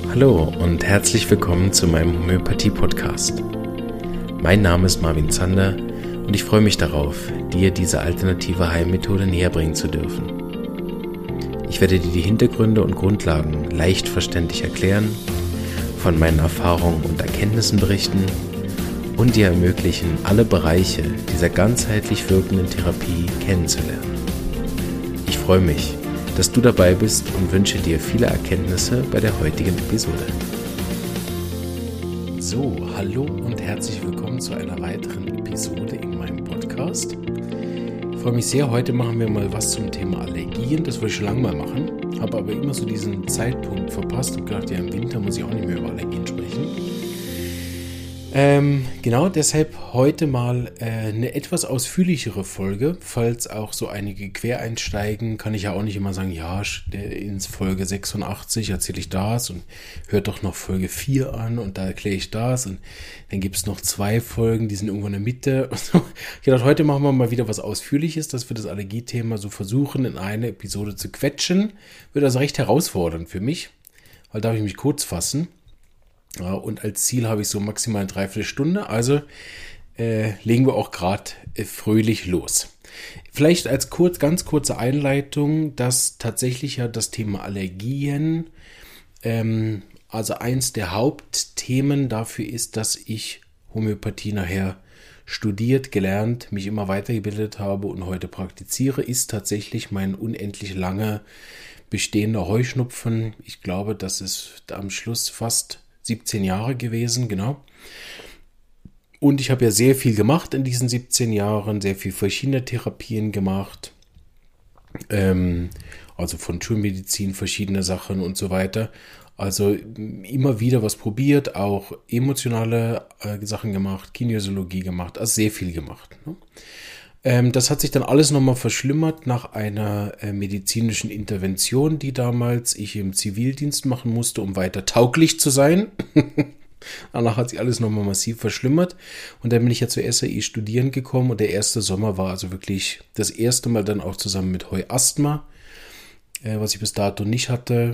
Hallo und herzlich willkommen zu meinem Homöopathie-Podcast. Mein Name ist Marvin Zander und ich freue mich darauf, dir diese alternative Heilmethode näherbringen zu dürfen. Ich werde dir die Hintergründe und Grundlagen leicht verständlich erklären, von meinen Erfahrungen und Erkenntnissen berichten und dir ermöglichen, alle Bereiche dieser ganzheitlich wirkenden Therapie kennenzulernen. Ich freue mich, dass du dabei bist und wünsche dir viele Erkenntnisse bei der heutigen Episode. So, hallo und herzlich willkommen zu einer weiteren Episode in meinem Podcast. Ich freue mich sehr, heute machen wir mal was zum Thema Allergien. Das wollte ich schon lange mal machen, habe aber immer so diesen Zeitpunkt verpasst und gedacht, ja, im Winter muss ich auch nicht mehr über Allergien sprechen. Genau, deshalb heute mal eine etwas ausführlichere Folge. Falls auch so einige quer einsteigen, kann ich ja auch nicht immer sagen, ja, ins Folge 86 erzähle ich das und hört doch noch Folge 4 an und da erkläre ich das und dann gibt es noch 2 Folgen, die sind irgendwo in der Mitte. Ich dachte, heute machen wir mal wieder was Ausführliches, dass wir das Allergiethema so versuchen in eine Episode zu quetschen. Wird also recht herausfordernd für mich, weil darf ich mich kurz fassen. Ja, und als Ziel habe ich so maximal eine Dreiviertelstunde, also legen wir auch gerade fröhlich los. Vielleicht als ganz kurze Einleitung, dass tatsächlich ja das Thema Allergien, also eins der Hauptthemen dafür ist, dass ich Homöopathie nachher studiert, gelernt, mich immer weitergebildet habe und heute praktiziere, ist tatsächlich mein unendlich lange bestehender Heuschnupfen. Ich glaube, das ist am Schluss fast 17 Jahre gewesen, genau. Und ich habe ja sehr viel gemacht in diesen 17 Jahren, sehr viel verschiedene Therapien gemacht, also von Schulmedizin, verschiedene Sachen und so weiter. Also immer wieder was probiert, auch emotionale Sachen gemacht, Kinesiologie gemacht, also sehr viel gemacht. Ne? Das hat sich dann alles nochmal verschlimmert nach einer medizinischen Intervention, die damals ich im Zivildienst machen musste, um weiter tauglich zu sein. Danach hat sich alles nochmal massiv verschlimmert und dann bin ich ja zur SAE studieren gekommen und der erste Sommer war also wirklich das erste Mal dann auch zusammen mit Heuasthma, was ich bis dato nicht hatte.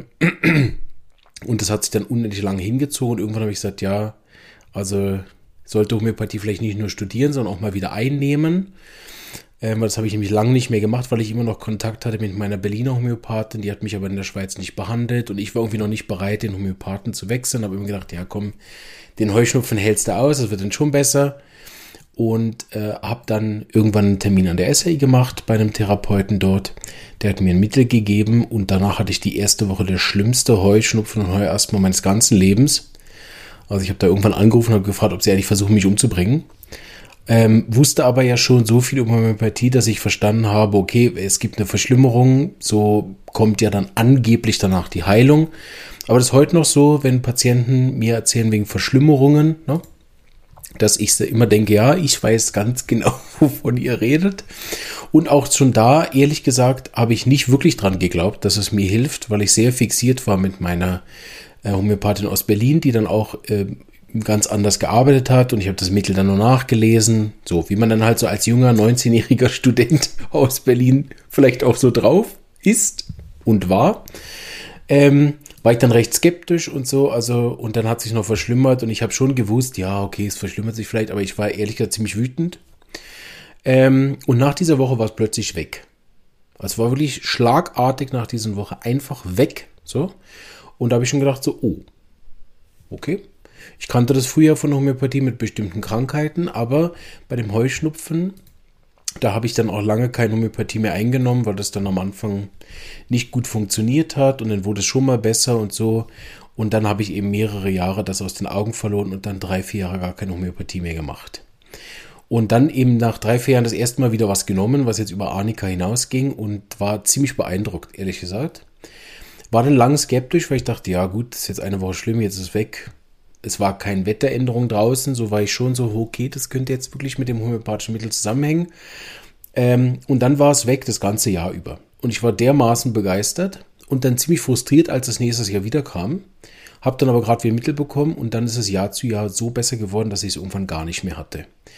Und das hat sich dann unendlich lange hingezogen und irgendwann habe ich gesagt, ja, also sollte Homöopathie vielleicht nicht nur studieren, sondern auch mal wieder einnehmen. Das habe ich nämlich lange nicht mehr gemacht, weil ich immer noch Kontakt hatte mit meiner Berliner Homöopathin. Die hat mich aber in der Schweiz nicht behandelt und ich war irgendwie noch nicht bereit, den Homöopathen zu wechseln. Habe immer gedacht, ja komm, den Heuschnupfen hältst du aus, das wird dann schon besser. Und habe dann irgendwann einen Termin an der SAE gemacht bei einem Therapeuten dort. Der hat mir ein Mittel gegeben und danach hatte ich die erste Woche das schlimmste Heuschnupfen und Heuasthma meines ganzen Lebens. Also ich habe da irgendwann angerufen und habe gefragt, ob sie eigentlich versuchen, mich umzubringen. Wusste aber ja schon so viel über Homöopathie, dass ich verstanden habe, okay, es gibt eine Verschlimmerung, so kommt ja dann angeblich danach die Heilung. Aber das ist heute noch so, wenn Patienten mir erzählen wegen Verschlimmerungen, ne, dass ich immer denke, ja, ich weiß ganz genau, wovon ihr redet. Und auch schon da, ehrlich gesagt, habe ich nicht wirklich dran geglaubt, dass es mir hilft, weil ich sehr fixiert war mit meiner Homöopathin aus Berlin, die dann auch ganz anders gearbeitet hat und ich habe das Mittel dann nur nachgelesen, so wie man dann halt so als junger 19-jähriger Student aus Berlin vielleicht auch so drauf ist und war ich dann recht skeptisch und so, also und dann hat sich noch verschlimmert und ich habe schon gewusst, ja, okay, es verschlimmert sich vielleicht, aber ich war ehrlich gesagt ziemlich wütend und nach dieser Woche war es plötzlich weg. Es war wirklich schlagartig nach dieser Woche einfach weg, so, und da habe ich schon gedacht so, oh, okay. Ich kannte das früher von Homöopathie mit bestimmten Krankheiten, aber bei dem Heuschnupfen, da habe ich dann auch lange keine Homöopathie mehr eingenommen, weil das dann am Anfang nicht gut funktioniert hat und dann wurde es schon mal besser und so. Und dann habe ich eben mehrere Jahre das aus den Augen verloren und dann 3-4 Jahre gar keine Homöopathie mehr gemacht. Und dann eben nach 3-4 Jahren das erste Mal wieder was genommen, was jetzt über Arnika hinausging und war ziemlich beeindruckt, ehrlich gesagt. War dann lange skeptisch, weil ich dachte, ja gut, das ist jetzt eine Woche schlimm, jetzt ist es weg. Es war keine Wetteränderung draußen, so war ich schon so, okay, das könnte jetzt wirklich mit dem homöopathischen Mittel zusammenhängen. Und dann war es weg das ganze Jahr über. Und ich war dermaßen begeistert und dann ziemlich frustriert, als das nächstes Jahr wieder kam. Habe dann aber gerade wieder Mittel bekommen und dann ist es Jahr zu Jahr so besser geworden, dass ich es irgendwann gar nicht mehr hatte.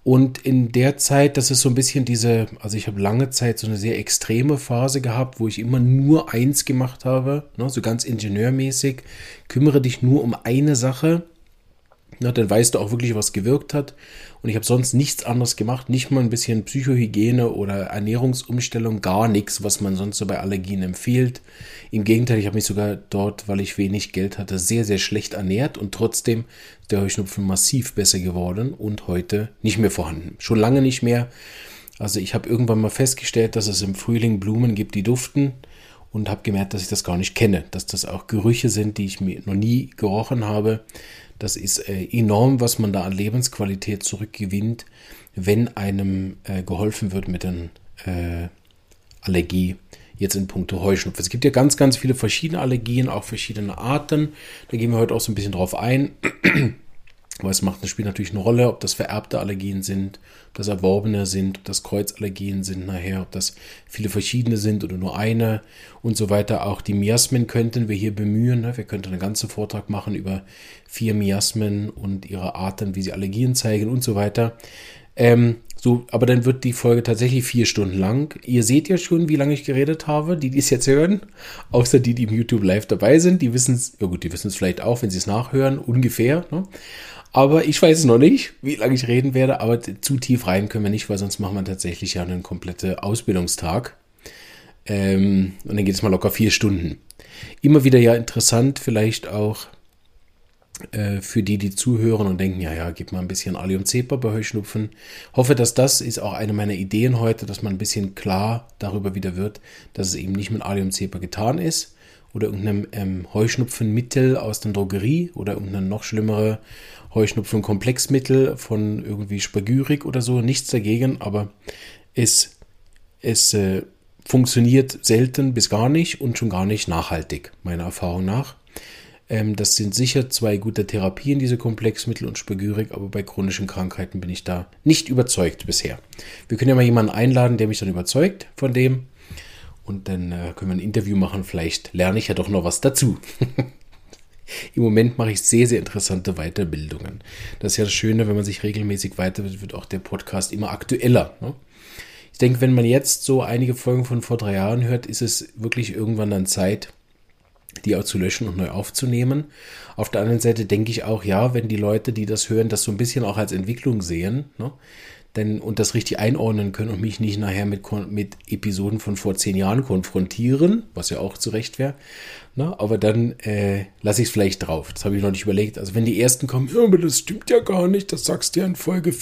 Und in der Zeit, das ist so ein bisschen also ich habe lange Zeit so eine sehr extreme Phase gehabt, wo ich immer nur eins gemacht habe, ne, so ganz ingenieurmäßig, kümmere dich nur um eine Sache. Na, dann weißt du auch wirklich, was gewirkt hat. Und ich habe sonst nichts anderes gemacht, nicht mal ein bisschen Psychohygiene oder Ernährungsumstellung, gar nichts, was man sonst so bei Allergien empfiehlt. Im Gegenteil, ich habe mich sogar dort, weil ich wenig Geld hatte, sehr, sehr schlecht ernährt und trotzdem ist der Heuschnupfen massiv besser geworden und heute nicht mehr vorhanden. Schon lange nicht mehr. Also ich habe irgendwann mal festgestellt, dass es im Frühling Blumen gibt, die duften. Und habe gemerkt, dass ich das gar nicht kenne, dass das auch Gerüche sind, die ich mir noch nie gerochen habe. Das ist enorm, was man da an Lebensqualität zurückgewinnt, wenn einem geholfen wird mit der Allergie, jetzt in puncto Heuschnupfen. Es gibt ja ganz, ganz viele verschiedene Allergien, auch verschiedene Arten. Da gehen wir heute auch so ein bisschen drauf ein. Aber das spielt natürlich eine Rolle, ob das vererbte Allergien sind, ob das erworbene sind, ob das Kreuzallergien sind nachher, ob das viele verschiedene sind oder nur eine und so weiter. Auch die Miasmen könnten wir hier bemühen. Wir könnten einen ganzen Vortrag machen über 4 Miasmen und ihre Arten, wie sie Allergien zeigen und so weiter. Aber dann wird die Folge tatsächlich 4 Stunden lang. Ihr seht ja schon, wie lange ich geredet habe, die es jetzt hören. Außer die im YouTube live dabei sind. Die wissen es, ja gut, die wissen es vielleicht auch, wenn sie es nachhören, ungefähr. Ne? Aber ich weiß noch nicht, wie lange ich reden werde, aber zu tief rein können wir nicht, weil sonst machen wir tatsächlich ja einen kompletten Ausbildungstag. Und dann geht es mal locker 4 Stunden. Immer wieder ja interessant, vielleicht auch für die zuhören und denken, ja, gib mal ein bisschen Allium-Cepa bei Heuschnupfen. Hoffe, dass das ist auch eine meiner Ideen heute, dass man ein bisschen klar darüber wieder wird, dass es eben nicht mit Allium-Cepa getan ist oder irgendeinem Heuschnupfenmittel aus der Drogerie oder irgendein noch schlimmere Heuschnupfen-Komplexmittel von irgendwie Spagyrik oder so. Nichts dagegen, aber es funktioniert selten bis gar nicht und schon gar nicht nachhaltig, meiner Erfahrung nach. Das sind sicher 2 gute Therapien, diese Komplexmittel und Spagyrik, aber bei chronischen Krankheiten bin ich da nicht überzeugt bisher. Wir können ja mal jemanden einladen, der mich dann überzeugt von dem. Und dann können wir ein Interview machen. Vielleicht lerne ich ja doch noch was dazu. Im Moment mache ich sehr, sehr interessante Weiterbildungen. Das ist ja das Schöne, wenn man sich regelmäßig weiterbildet, wird auch der Podcast immer aktueller. Ne? Ich denke, wenn man jetzt so einige Folgen von vor 3 Jahren hört, ist es wirklich irgendwann dann Zeit, die auch zu löschen und neu aufzunehmen. Auf der anderen Seite denke ich auch, ja, wenn die Leute, die das hören, das so ein bisschen auch als Entwicklung sehen, ne, und das richtig einordnen können und mich nicht nachher mit Episoden von vor 10 Jahren konfrontieren, was ja auch zu Recht wäre, ne, aber dann lasse ich es vielleicht drauf. Das habe ich noch nicht überlegt. Also wenn die ersten kommen, ja, aber das stimmt ja gar nicht, das sagst du ja in Folge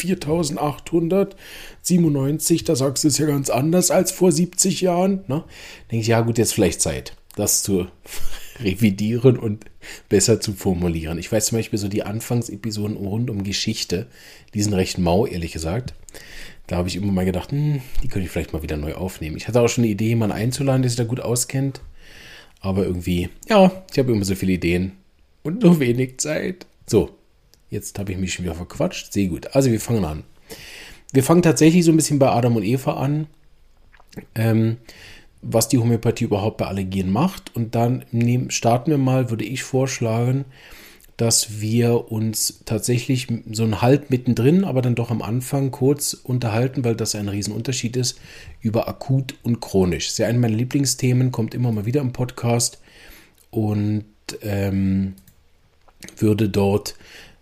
4897, da sagst du es ja ganz anders als vor 70 Jahren. Ne? Denke ich, ja gut, jetzt vielleicht Zeit, das zu revidieren und besser zu formulieren. Ich weiß zum Beispiel so die Anfangsepisoden rund um Geschichte, die sind recht mau, ehrlich gesagt. Da habe ich immer mal gedacht, die könnte ich vielleicht mal wieder neu aufnehmen. Ich hatte auch schon eine Idee, jemanden einzuladen, der sich da gut auskennt. Aber irgendwie, ja, ich habe immer so viele Ideen und nur wenig Zeit. So, jetzt habe ich mich schon wieder verquatscht. Sehr gut. Also wir fangen an. Wir fangen tatsächlich so ein bisschen bei Adam und Eva an. Was die Homöopathie überhaupt bei Allergien macht. Und dann starten wir mal, würde ich vorschlagen, dass wir uns tatsächlich so ein halb mittendrin, aber dann doch am Anfang kurz unterhalten, weil das ein Riesenunterschied ist, über akut und chronisch. Das ist ja eine meiner Lieblingsthemen, kommt immer mal wieder im Podcast und würde dort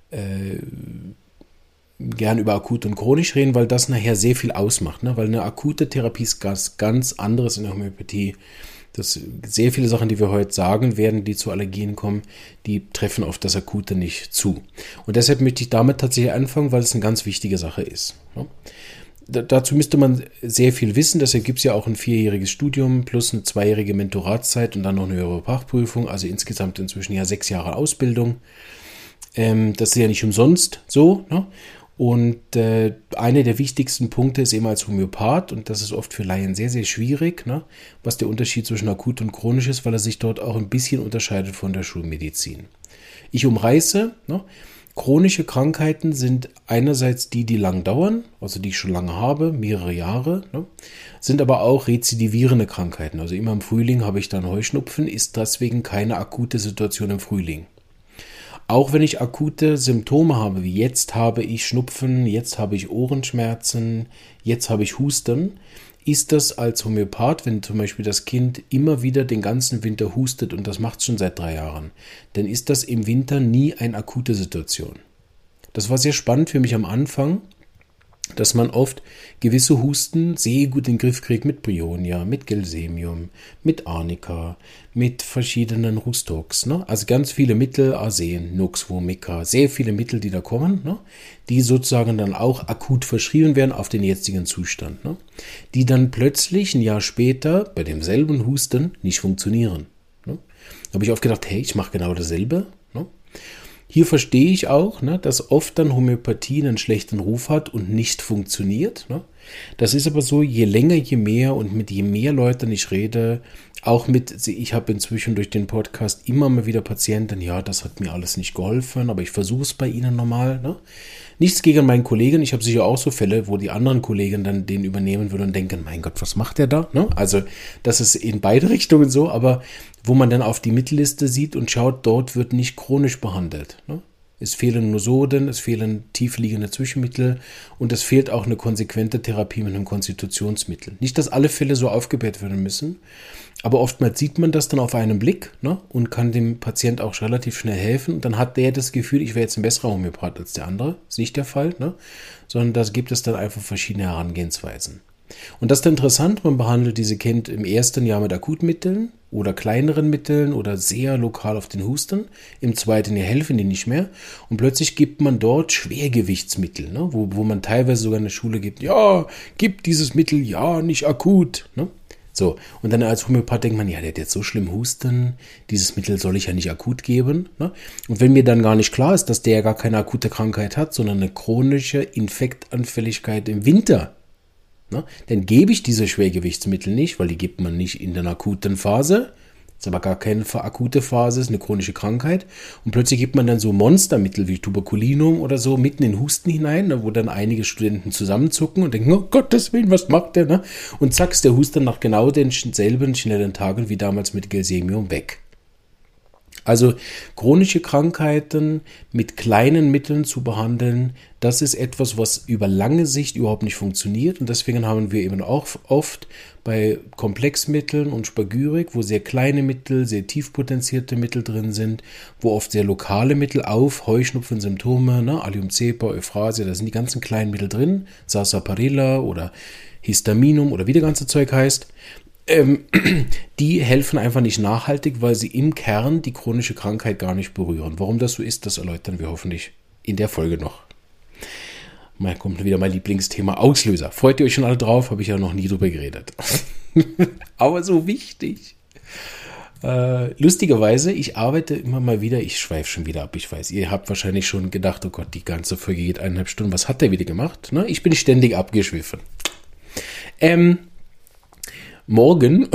gern über akut und chronisch reden, weil das nachher sehr viel ausmacht. Ne? Weil eine akute Therapie ist ganz anderes in der Homöopathie. Das sehr viele Sachen, die wir heute sagen werden, die zu Allergien kommen, die treffen auf das Akute nicht zu. Und deshalb möchte ich damit tatsächlich anfangen, weil es eine ganz wichtige Sache ist. Ne? Dazu müsste man sehr viel wissen. Deshalb gibt es ja auch ein 4-jähriges Studium plus eine 2-jährige Mentoratszeit und dann noch eine höhere Fachprüfung. Also insgesamt inzwischen ja 6 Jahre Ausbildung. Das ist ja nicht umsonst so, ne? Und einer der wichtigsten Punkte ist eben als Homöopath, und das ist oft für Laien sehr, sehr schwierig, ne, was der Unterschied zwischen akut und chronisch ist, weil er sich dort auch ein bisschen unterscheidet von der Schulmedizin. Ich umreiße, ne, chronische Krankheiten sind einerseits die lang dauern, also die ich schon lange habe, mehrere Jahre, ne, sind aber auch rezidivierende Krankheiten. Also immer im Frühling habe ich dann Heuschnupfen, ist deswegen keine akute Situation im Frühling. Auch wenn ich akute Symptome habe, wie jetzt habe ich Schnupfen, jetzt habe ich Ohrenschmerzen, jetzt habe ich Husten, ist das als Homöopath, wenn zum Beispiel das Kind immer wieder den ganzen Winter hustet und das macht es schon seit 3 Jahren, dann ist das im Winter nie eine akute Situation. Das war sehr spannend für mich am Anfang, dass man oft gewisse Husten sehr gut in den Griff kriegt mit Bryonia, mit Gelsemium, mit Arnika, mit verschiedenen Rustox. Ne? Also ganz viele Mittel, Arsen, Nux, Vomica, sehr viele Mittel, die da kommen, ne? Die sozusagen dann auch akut verschrieben werden auf den jetzigen Zustand. Ne? Die dann plötzlich ein Jahr später bei demselben Husten nicht funktionieren. Ne? Da habe ich oft gedacht, hey, ich mache genau dasselbe. Ne? Hier verstehe ich auch, ne, dass oft dann Homöopathie einen schlechten Ruf hat und nicht funktioniert. Ne. Das ist aber so, je länger, je mehr und mit je mehr Leuten ich rede, auch ich habe inzwischen durch den Podcast immer mal wieder Patienten, ja, das hat mir alles nicht geholfen, aber ich versuche es bei Ihnen nochmal. Ne. Nichts gegen meinen Kollegen, ich habe sicher auch so Fälle, wo die anderen Kollegen dann den übernehmen würden und denken, mein Gott, was macht der da? Ne? Also das ist in beide Richtungen so, aber wo man dann auf die Mittelliste sieht und schaut, dort wird nicht chronisch behandelt. Ne? Es fehlen Nosoden, es fehlen tiefliegende Zwischenmittel und es fehlt auch eine konsequente Therapie mit einem Konstitutionsmittel. Nicht, dass alle Fälle so aufgebläht werden müssen, aber oftmals sieht man das dann auf einen Blick, ne, und kann dem Patient auch relativ schnell helfen. Und dann hat der das Gefühl, ich wäre jetzt ein besserer Homöopath als der andere. Ist nicht der Fall, ne? Sondern da gibt es dann einfach verschiedene Herangehensweisen. Und das ist interessant, man behandelt diese Kind im ersten Jahr mit Akutmitteln oder kleineren Mitteln oder sehr lokal auf den Husten. Im zweiten Jahr helfen die nicht mehr. Und plötzlich gibt man dort Schwergewichtsmittel, ne? wo man teilweise sogar in der Schule gibt, ja, gibt dieses Mittel, ja, nicht akut. Ne? So, und dann als Homöopath denkt man, ja, der hat jetzt so schlimm Husten, dieses Mittel soll ich ja nicht akut geben. Ne? Und wenn mir dann gar nicht klar ist, dass der ja gar keine akute Krankheit hat, sondern eine chronische Infektanfälligkeit im Winter, ne, dann gebe ich diese Schwergewichtsmittel nicht, weil die gibt man nicht in der akuten Phase. Das ist aber gar keine akute Phase, ist eine chronische Krankheit. Und plötzlich gibt man dann so Monstermittel wie Tuberkulinum oder so mitten in den Husten hinein, ne, wo dann einige Studenten zusammenzucken und denken, oh Gottes Willen, was macht der? Ne? Und zack, ist der Husten nach genau denselben schnellen Tagen wie damals mit Gelsemium weg. Also chronische Krankheiten mit kleinen Mitteln zu behandeln, das ist etwas, was über lange Sicht überhaupt nicht funktioniert. Und deswegen haben wir eben auch oft bei Komplexmitteln und Spagyrik, wo sehr kleine Mittel, sehr tief potenzierte Mittel drin sind, wo oft sehr lokale Mittel auf Heuschnupfensymptome, ne, Allium cepa, Euphrasia, da sind die ganzen kleinen Mittel drin, Sarsaparilla oder Histaminum oder wie der ganze Zeug heißt. Die helfen einfach nicht nachhaltig, weil sie im Kern die chronische Krankheit gar nicht berühren. Warum das so ist, das erläutern wir hoffentlich in der Folge noch. Mal kommt wieder mein Lieblingsthema Auslöser. Freut ihr euch schon alle drauf? Habe ich ja noch nie drüber geredet. Aber so wichtig. Lustigerweise, ich arbeite immer mal wieder, ich schweife schon wieder ab, ich weiß. Ihr habt wahrscheinlich schon gedacht, oh Gott, die ganze Folge geht 1,5 Stunden. Was hat der wieder gemacht? Ne? Ich bin ständig abgeschwiffen. Morgen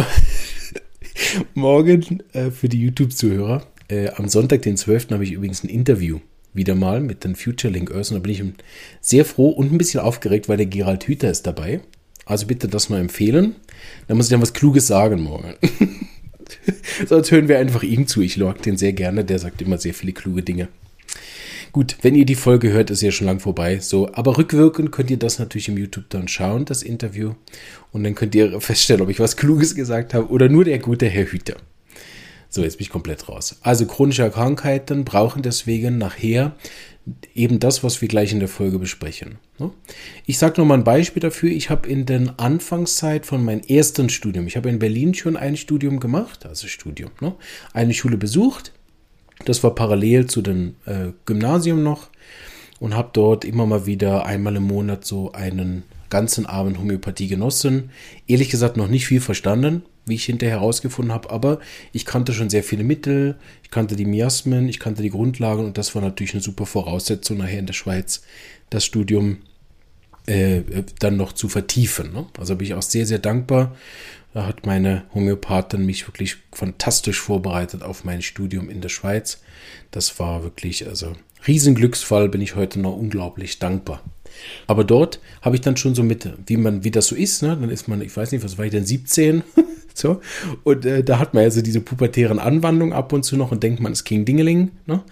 für die YouTube-Zuhörer, am Sonntag, den 12. habe ich übrigens ein Interview wieder mal mit den Future Link Earth und da bin ich sehr froh und ein bisschen aufgeregt, weil der Gerald Hüther ist dabei. Also bitte das mal empfehlen. Da muss ich dann was Kluges sagen morgen. Sonst hören wir einfach ihm zu. Ich mag den sehr gerne, der sagt immer sehr viele kluge Dinge. Gut, wenn ihr die Folge hört, ist ja schon lang vorbei. So, aber rückwirkend könnt ihr das natürlich im YouTube dann schauen, das Interview. Und dann könnt ihr feststellen, ob ich was Kluges gesagt habe oder nur der gute Herr Hüther. So, jetzt bin ich komplett raus. Also chronische Krankheiten brauchen deswegen nachher eben das, was wir gleich in der Folge besprechen. Ich sage nochmal ein Beispiel dafür. Ich habe in der Anfangszeit von meinem ersten Studium, ich habe in Berlin schon ein Studium gemacht, eine Schule besucht. Das war parallel zu dem Gymnasium noch und habe dort immer mal wieder einmal im Monat so einen ganzen Abend Homöopathie genossen. Ehrlich gesagt noch nicht viel verstanden, wie ich hinterher herausgefunden habe, aber ich kannte schon sehr viele Mittel, ich kannte die Miasmen, ich kannte die Grundlagen und das war natürlich eine super Voraussetzung, nachher in der Schweiz das Studium dann noch zu vertiefen. Ne? Also bin ich auch sehr, sehr dankbar. Da hat meine Homöopathin mich wirklich fantastisch vorbereitet auf mein Studium in der Schweiz. Das war wirklich, also Riesenglücksfall, bin ich heute noch unglaublich dankbar. Aber dort habe ich dann schon so mit, wie das so ist, ne? Dann ist man, ich weiß nicht, was war ich denn, 17? So. Und da hat man also diese pubertären Anwandlungen ab und zu noch und denkt man, es King Dingeling, ne?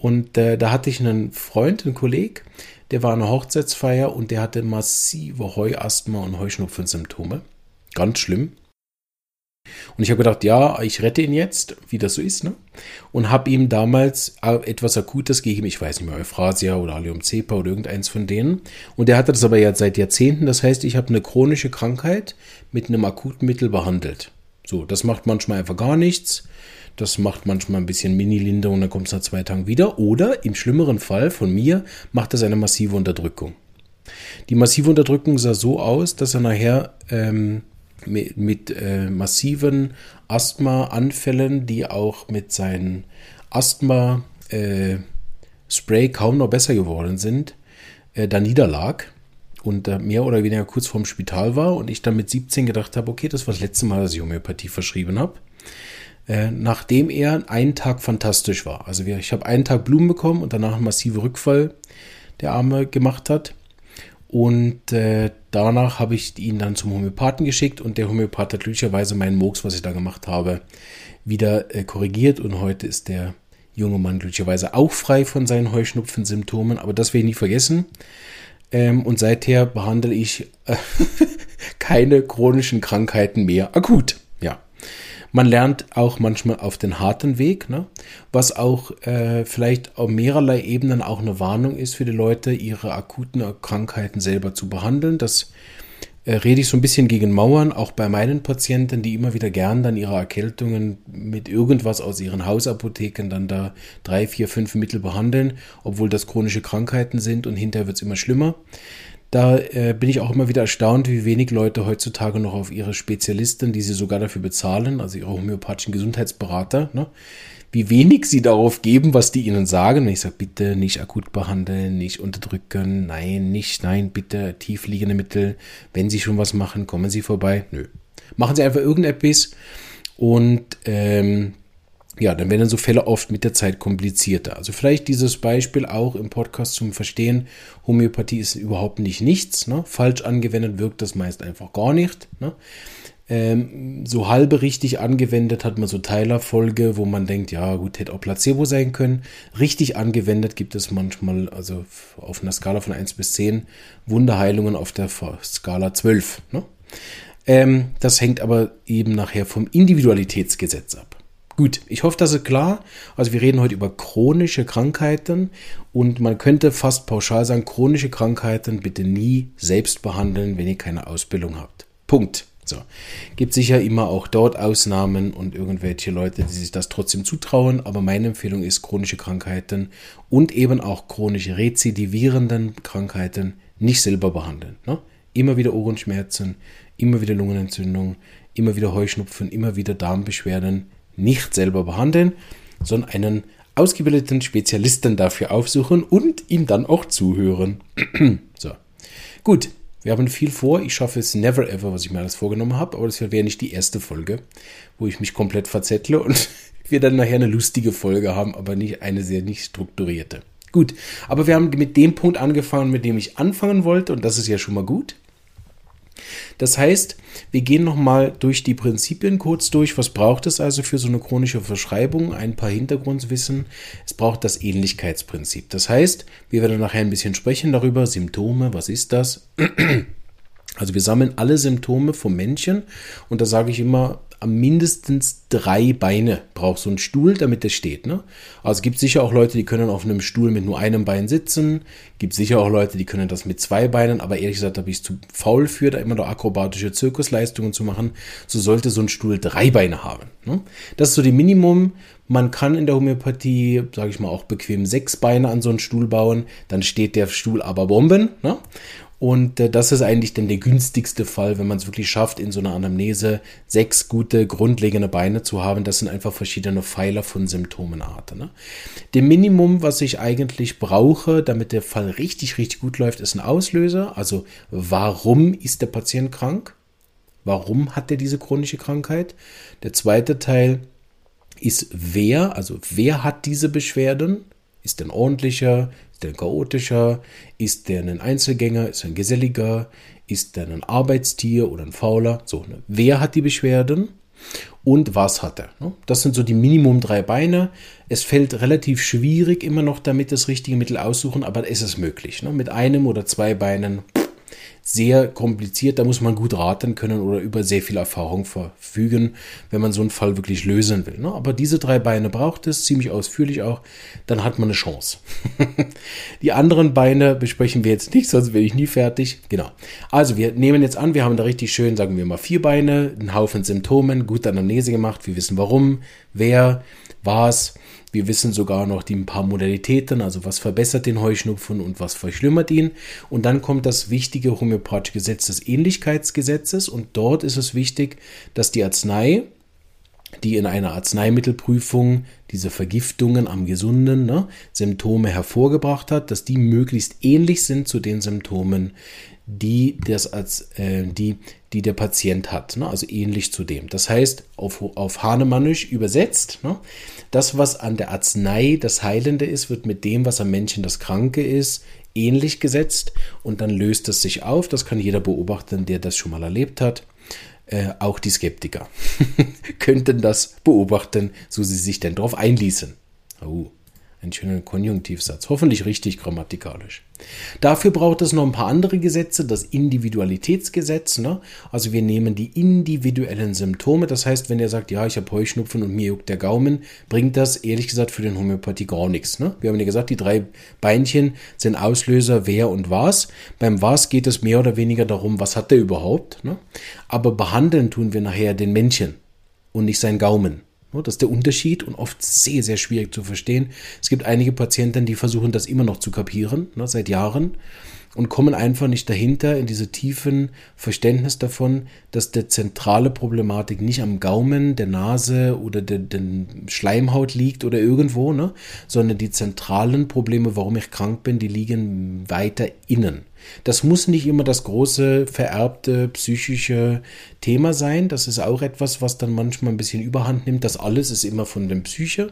Und da hatte ich einen Freund, einen Kollegen, der war an einer Hochzeitsfeier und der hatte massive Heuasthma und Heuschnupfensymptome. Ganz schlimm. Und ich habe gedacht, ja, ich rette ihn jetzt, wie das so ist, ne? Und habe ihm damals etwas Akutes gegeben, ich weiß nicht mehr, Euphrasia oder Allium-Cepa oder irgendeins von denen. Und der hatte das aber ja seit Jahrzehnten, das heißt, ich habe eine chronische Krankheit mit einem akuten Mittel behandelt. So, das macht manchmal einfach gar nichts. Das macht manchmal ein bisschen Mini-Linderung und dann kommt es nach 2 Tagen wieder. Oder im schlimmeren Fall von mir macht das eine massive Unterdrückung. Die massive Unterdrückung sah so aus, dass er nachher mit massiven Asthma-Anfällen, die auch mit seinen Asthma-Spray kaum noch besser geworden sind, da niederlag und mehr oder weniger kurz vorm Spital war und ich dann mit 17 gedacht habe, okay, das war das letzte Mal, dass ich Homöopathie verschrieben habe. Nachdem er einen Tag fantastisch war. Also ich habe einen Tag Blumen bekommen und danach einen massiven Rückfall der Arme gemacht hat. Und danach habe ich ihn dann zum Homöopathen geschickt und der Homöopath hat glücklicherweise meinen Murks, was ich da gemacht habe, wieder korrigiert. Und heute ist der junge Mann glücklicherweise auch frei von seinen Heuschnupfensymptomen. Aber das werde ich nie vergessen. Und seither behandle ich keine chronischen Krankheiten mehr akut. Ja. Man lernt auch manchmal auf den harten Weg, ne? Was auch vielleicht auf mehrerlei Ebenen auch eine Warnung ist für die Leute, ihre akuten Krankheiten selber zu behandeln. Das rede ich so ein bisschen gegen Mauern, auch bei meinen Patienten, die immer wieder gern dann ihre Erkältungen mit irgendwas aus ihren Hausapotheken dann da 3, 4, 5 Mittel behandeln, obwohl das chronische Krankheiten sind und hinterher wird es immer schlimmer. Da bin ich auch immer wieder erstaunt, wie wenig Leute heutzutage noch auf ihre Spezialisten, die sie sogar dafür bezahlen, also ihre homöopathischen Gesundheitsberater, ne, wie wenig sie darauf geben, was die ihnen sagen. Und ich sage, bitte nicht akut behandeln, nicht unterdrücken, nein, bitte tiefliegende Mittel. Wenn Sie schon was machen, kommen Sie vorbei. Nö. Machen Sie einfach irgendetwas und ja, dann werden so Fälle oft mit der Zeit komplizierter. Also vielleicht dieses Beispiel auch im Podcast zum Verstehen, Homöopathie ist überhaupt nicht nichts. Ne? Falsch angewendet wirkt das meist einfach gar nicht. Ne? So halbe richtig angewendet hat man so Teilerfolge, wo man denkt, ja gut, hätte auch Placebo sein können. Richtig angewendet gibt es manchmal, also auf einer Skala von 1 bis 10, Wunderheilungen auf der Skala 12. Ne? Das hängt aber eben nachher vom Individualitätsgesetz ab. Gut, ich hoffe, das ist klar. Also wir reden heute über chronische Krankheiten und man könnte fast pauschal sagen, chronische Krankheiten bitte nie selbst behandeln, wenn ihr keine Ausbildung habt. Punkt. So. Gibt sicher immer auch dort Ausnahmen und irgendwelche Leute, die sich das trotzdem zutrauen, aber meine Empfehlung ist, chronische Krankheiten und eben auch chronische rezidivierenden Krankheiten nicht selber behandeln. Ne? Immer wieder Ohrenschmerzen, immer wieder Lungenentzündung, immer wieder Heuschnupfen, immer wieder Darmbeschwerden. Nicht selber behandeln, sondern einen ausgebildeten Spezialisten dafür aufsuchen und ihm dann auch zuhören. So. Gut, wir haben viel vor. Ich schaffe es never ever, was ich mir alles vorgenommen habe, aber das wäre nicht die erste Folge, wo ich mich komplett verzettle und wir dann nachher eine lustige Folge haben, aber nicht eine sehr nicht strukturierte. Gut, aber wir haben mit dem Punkt angefangen, mit dem ich anfangen wollte und das ist ja schon mal gut. Das heißt, wir gehen nochmal durch die Prinzipien kurz durch. Was braucht es also für so eine chronische Verschreibung? Ein paar Hintergrundwissen. Es braucht das Ähnlichkeitsprinzip. Das heißt, wir werden nachher ein bisschen sprechen darüber. Symptome, was ist das? Also wir sammeln alle Symptome vom Menschen und da sage ich immer, am mindestens 3 Beine braucht so ein Stuhl, damit der steht. Ne? Also es gibt sicher auch Leute, die können auf einem Stuhl mit nur einem Bein sitzen. Gibt sicher auch Leute, die können das mit 2 Beinen. Aber ehrlich gesagt, da bin ich zu faul für, da immer noch akrobatische Zirkusleistungen zu machen. So sollte so ein Stuhl 3 Beine haben. Ne? Das ist so die Minimum. Man kann in der Homöopathie, sage ich mal, auch bequem 6 Beine an so einen Stuhl bauen. Dann steht der Stuhl aber Bomben. Ne? Und das ist eigentlich dann der günstigste Fall, wenn man es wirklich schafft, in so einer Anamnese 6 gute, grundlegende Beine zu haben. Das sind einfach verschiedene Pfeiler von Symptomenarten. Ne? Dem Minimum, was ich eigentlich brauche, damit der Fall richtig, richtig gut läuft, ist ein Auslöser. Also warum ist der Patient krank? Warum hat er diese chronische Krankheit? Der zweite Teil ist wer, also wer hat diese Beschwerden? Ist der ein ordentlicher? Ist der ein chaotischer? Ist der ein Einzelgänger? Ist er ein geselliger? Ist der ein Arbeitstier oder ein Fauler? So, ne? Wer hat die Beschwerden? und was hat er. Ne? Das sind so die Minimum 3 Beine. Es fällt relativ schwierig immer noch damit das richtige Mittel aussuchen, aber es ist möglich. Ne? Mit 1 oder 2 Beinen sehr kompliziert, da muss man gut raten können oder über sehr viel Erfahrung verfügen, wenn man so einen Fall wirklich lösen will. Ne? Aber diese 3 Beine braucht es, ziemlich ausführlich auch, dann hat man eine Chance. Die anderen Beine besprechen wir jetzt nicht, sonst werde ich nie fertig. Genau. Also wir nehmen jetzt an, wir haben da richtig schön, sagen wir mal 4 Beine, einen Haufen Symptomen, gute Anamnese gemacht, wir wissen warum, wer, was. Wir wissen sogar noch die ein paar Modalitäten, also was verbessert den Heuschnupfen und was verschlimmert ihn. Und dann kommt das wichtige homöopathische Gesetz des Ähnlichkeitsgesetzes. Und dort ist es wichtig, dass die Arznei, die in einer Arzneimittelprüfung diese Vergiftungen am Gesunden, Symptome hervorgebracht hat, dass die möglichst ähnlich sind zu den Symptomen, die der Patient hat, also ähnlich zu dem. Das heißt, auf Hahnemannisch übersetzt, das, was an der Arznei das Heilende ist, wird mit dem, was am Menschen das Kranke ist, ähnlich gesetzt und dann löst es sich auf. Das kann jeder beobachten, der das schon mal erlebt hat. Auch die Skeptiker könnten das beobachten, so sie sich denn darauf einließen. Oh, ein schöner Konjunktivsatz, hoffentlich richtig grammatikalisch. Dafür braucht es noch ein paar andere Gesetze, das Individualitätsgesetz. Also wir nehmen die individuellen Symptome. Das heißt, wenn ihr sagt, ja, ich habe Heuschnupfen und mir juckt der Gaumen, bringt das ehrlich gesagt für den Homöopathie gar nichts. Wir haben ja gesagt, die 3 Beinchen sind Auslöser, wer und was. Beim was geht es mehr oder weniger darum, was hat der überhaupt. Aber behandeln tun wir nachher den Menschen und nicht seinen Gaumen. Das ist der Unterschied und oft sehr, sehr schwierig zu verstehen. Es gibt einige Patienten, die versuchen das immer noch zu kapieren, seit Jahren und kommen einfach nicht dahinter in diese tiefen Verständnis davon, dass der zentrale Problematik nicht am Gaumen, der Nase oder der Schleimhaut liegt oder irgendwo, sondern die zentralen Probleme, warum ich krank bin, die liegen weiter innen. Das muss nicht immer das große, vererbte, psychische Thema sein. Das ist auch etwas, was dann manchmal ein bisschen Überhand nimmt. Das alles ist immer von der Psyche,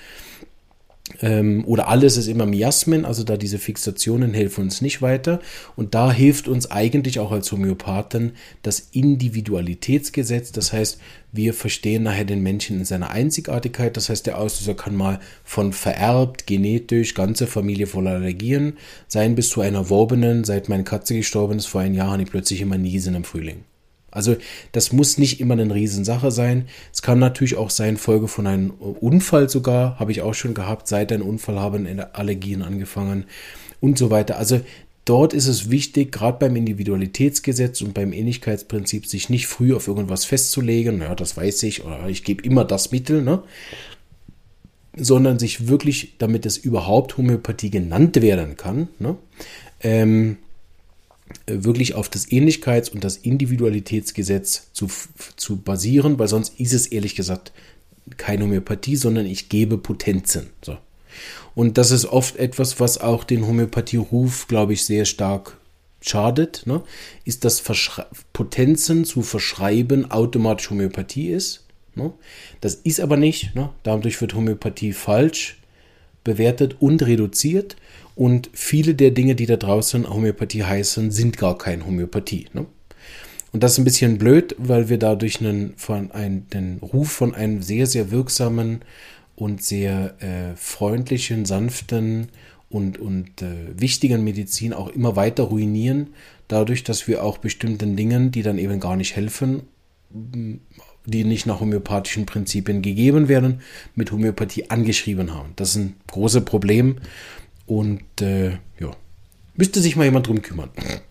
oder alles ist immer Miasmen, also da diese Fixationen helfen uns nicht weiter. Und da hilft uns eigentlich auch als Homöopathen das Individualitätsgesetz. Das heißt, wir verstehen nachher den Menschen in seiner Einzigartigkeit. Das heißt, der Auslöser kann mal von vererbt, genetisch, ganze Familie voller Allergien sein, bis zu einer erworbenen, seit meine Katze gestorben ist vor 1 Jahr, habe ich plötzlich immer Niesen im Frühling. Also das muss nicht immer eine Riesensache sein. Es kann natürlich auch sein, Folge von einem Unfall sogar, habe ich auch schon gehabt, seit einem Unfall haben Allergien angefangen und so weiter. Also dort ist es wichtig, gerade beim Individualitätsgesetz und beim Ähnlichkeitsprinzip, sich nicht früh auf irgendwas festzulegen, ja, das weiß ich, oder ich gebe immer das Mittel, sondern sich wirklich, damit es überhaupt Homöopathie genannt werden kann, wirklich auf das Ähnlichkeits- und das Individualitätsgesetz zu basieren, weil sonst ist es ehrlich gesagt keine Homöopathie, sondern ich gebe Potenzen. So. Und das ist oft etwas, was auch den Homöopathie-Ruf, glaube ich, sehr stark schadet, ist, dass Potenzen zu verschreiben automatisch Homöopathie ist. Das ist aber nicht. Dadurch wird Homöopathie falsch bewertet und reduziert. Und viele der Dinge, die da draußen Homöopathie heißen, sind gar kein Homöopathie. Und das ist ein bisschen blöd, weil wir dadurch den Ruf von einem sehr, sehr wirksamen und sehr freundlichen, sanften und wichtigen Medizin auch immer weiter ruinieren, dadurch, dass wir auch bestimmten Dingen, die dann eben gar nicht helfen, die nicht nach homöopathischen Prinzipien gegeben werden, mit Homöopathie angeschrieben haben. Das ist ein großes Problem. Und müsste sich mal jemand drum kümmern.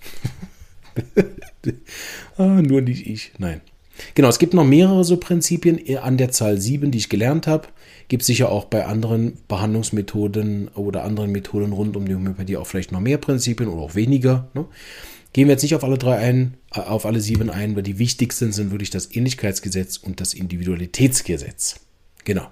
Nur nicht ich, nein. Genau, es gibt noch mehrere so Prinzipien an der Zahl 7, die ich gelernt habe. Gibt es sicher auch bei anderen Behandlungsmethoden oder anderen Methoden rund um die Homöopathie auch vielleicht noch mehr Prinzipien oder auch weniger. Gehen wir jetzt nicht auf alle 7 ein, weil die wichtigsten sind wirklich das Ähnlichkeitsgesetz und das Individualitätsgesetz. Genau.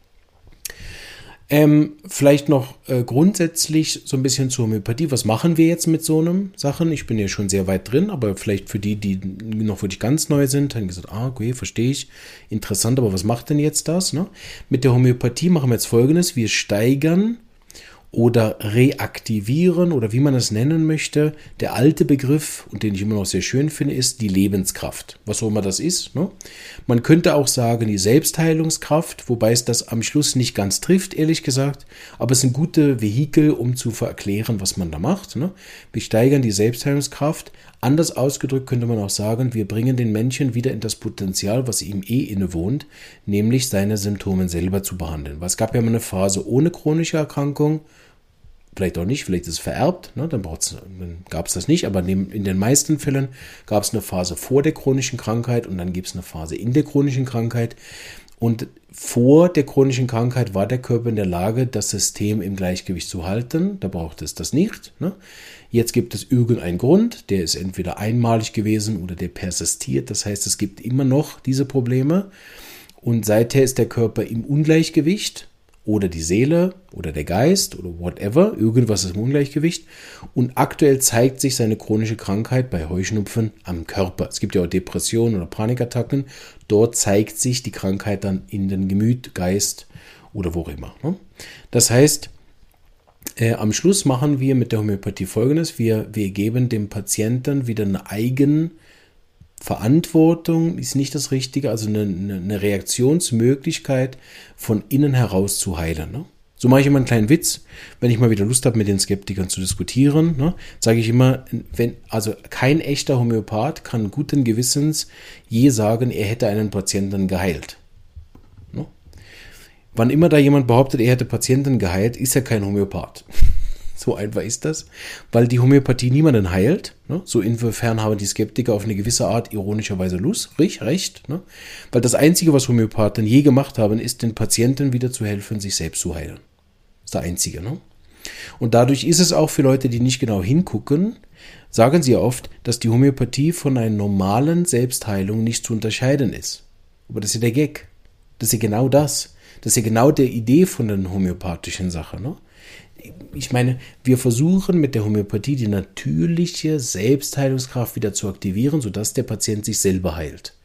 Vielleicht noch grundsätzlich so ein bisschen zur Homöopathie. Was machen wir jetzt mit so einem Sachen? Ich bin ja schon sehr weit drin, aber vielleicht für die noch wirklich ganz neu sind, haben gesagt, okay, verstehe ich. Interessant, aber was macht denn jetzt das? Mit der Homöopathie machen wir jetzt Folgendes. Wir steigern oder reaktivieren oder wie man es nennen möchte. Der alte Begriff, und den ich immer noch sehr schön finde, ist die Lebenskraft. Was auch immer das ist. Ne? Man könnte auch sagen die Selbstheilungskraft, wobei es das am Schluss nicht ganz trifft, ehrlich gesagt. Aber es sind gute Vehikel, um zu erklären, was man da macht. Ne? Wir steigern die Selbstheilungskraft. Anders ausgedrückt könnte man auch sagen, wir bringen den Menschen wieder in das Potenzial, was ihm innewohnt, nämlich seine Symptome selber zu behandeln. Weil es gab ja mal eine Phase ohne chronische Erkrankung, vielleicht auch nicht, vielleicht ist es vererbt, ne? Dann gab es das nicht, aber in den meisten Fällen gab es eine Phase vor der chronischen Krankheit und dann gibt es eine Phase in der chronischen Krankheit. Und vor der chronischen Krankheit war der Körper in der Lage, das System im Gleichgewicht zu halten. Da braucht es das nicht. Ne? Jetzt gibt es irgendeinen Grund, der ist entweder einmalig gewesen oder der persistiert. Das heißt, es gibt immer noch diese Probleme. Und seither ist der Körper im Ungleichgewicht oder die Seele oder der Geist oder whatever. Irgendwas ist im Ungleichgewicht. Und aktuell zeigt sich seine chronische Krankheit bei Heuschnupfen am Körper. Es gibt ja auch Depressionen oder Panikattacken. Dort zeigt sich die Krankheit dann in den Gemüt, Geist oder wo auch immer. Ne? Das heißt, am Schluss machen wir mit der Homöopathie Folgendes. Wir geben dem Patienten wieder eine Eigenverantwortung, ist nicht das Richtige, also eine Reaktionsmöglichkeit von innen heraus zu heilen. Ne? So mache ich immer einen kleinen Witz, wenn ich mal wieder Lust habe, mit den Skeptikern zu diskutieren, ne, sage ich immer, also kein echter Homöopath kann guten Gewissens je sagen, er hätte einen Patienten geheilt. Ne? Wann immer da jemand behauptet, er hätte Patienten geheilt, ist er kein Homöopath. So einfach ist das, weil die Homöopathie niemanden heilt. Ne? So insofern haben die Skeptiker auf eine gewisse Art ironischerweise recht. Ne? Weil das Einzige, was Homöopathen je gemacht haben, ist, den Patienten wieder zu helfen, sich selbst zu heilen. Das ist der Einzige. Ne? Und dadurch ist es auch für Leute, die nicht genau hingucken, sagen sie ja oft, dass die Homöopathie von einer normalen Selbstheilung nicht zu unterscheiden ist. Aber das ist ja der Gag. Das ist ja genau das. Das ist ja genau der Idee von den homöopathischen Sachen. Ne? Ich meine, wir versuchen mit der Homöopathie die natürliche Selbstheilungskraft wieder zu aktivieren, sodass der Patient sich selber heilt.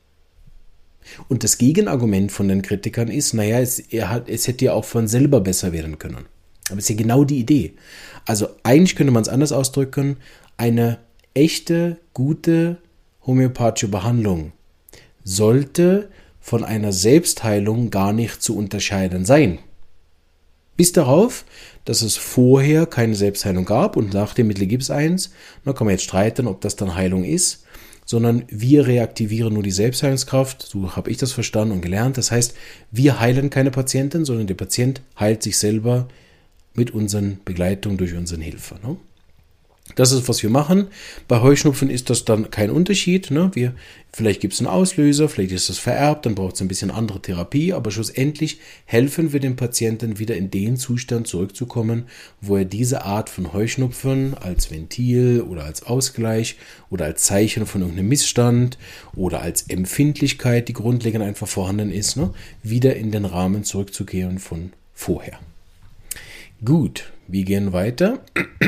Und das Gegenargument von den Kritikern ist, naja, es hätte ja auch von selber besser werden können. Aber es ist ja genau die Idee. Also eigentlich könnte man es anders ausdrücken, eine echte, gute homöopathische Behandlung sollte von einer Selbstheilung gar nicht zu unterscheiden sein. Bis darauf, dass es vorher keine Selbstheilung gab und nach dem Mittel gibt es eins. Da kann man jetzt streiten, ob das dann Heilung ist, sondern wir reaktivieren nur die Selbstheilungskraft. So habe ich das verstanden und gelernt. Das heißt, wir heilen keine Patienten, sondern der Patient heilt sich selber mit unseren Begleitung durch unsere Hilfe. Ne? Das ist, was wir machen. Bei Heuschnupfen ist das dann kein Unterschied. Ne? Vielleicht gibt es einen Auslöser, vielleicht ist es vererbt, dann braucht es ein bisschen andere Therapie, aber schlussendlich helfen wir dem Patienten wieder in den Zustand zurückzukommen, wo er diese Art von Heuschnupfen als Ventil oder als Ausgleich oder als Zeichen von irgendeinem Missstand oder als Empfindlichkeit, die grundlegend einfach vorhanden ist, ne? Wieder in den Rahmen zurückzukehren von vorher. Gut, wir gehen weiter.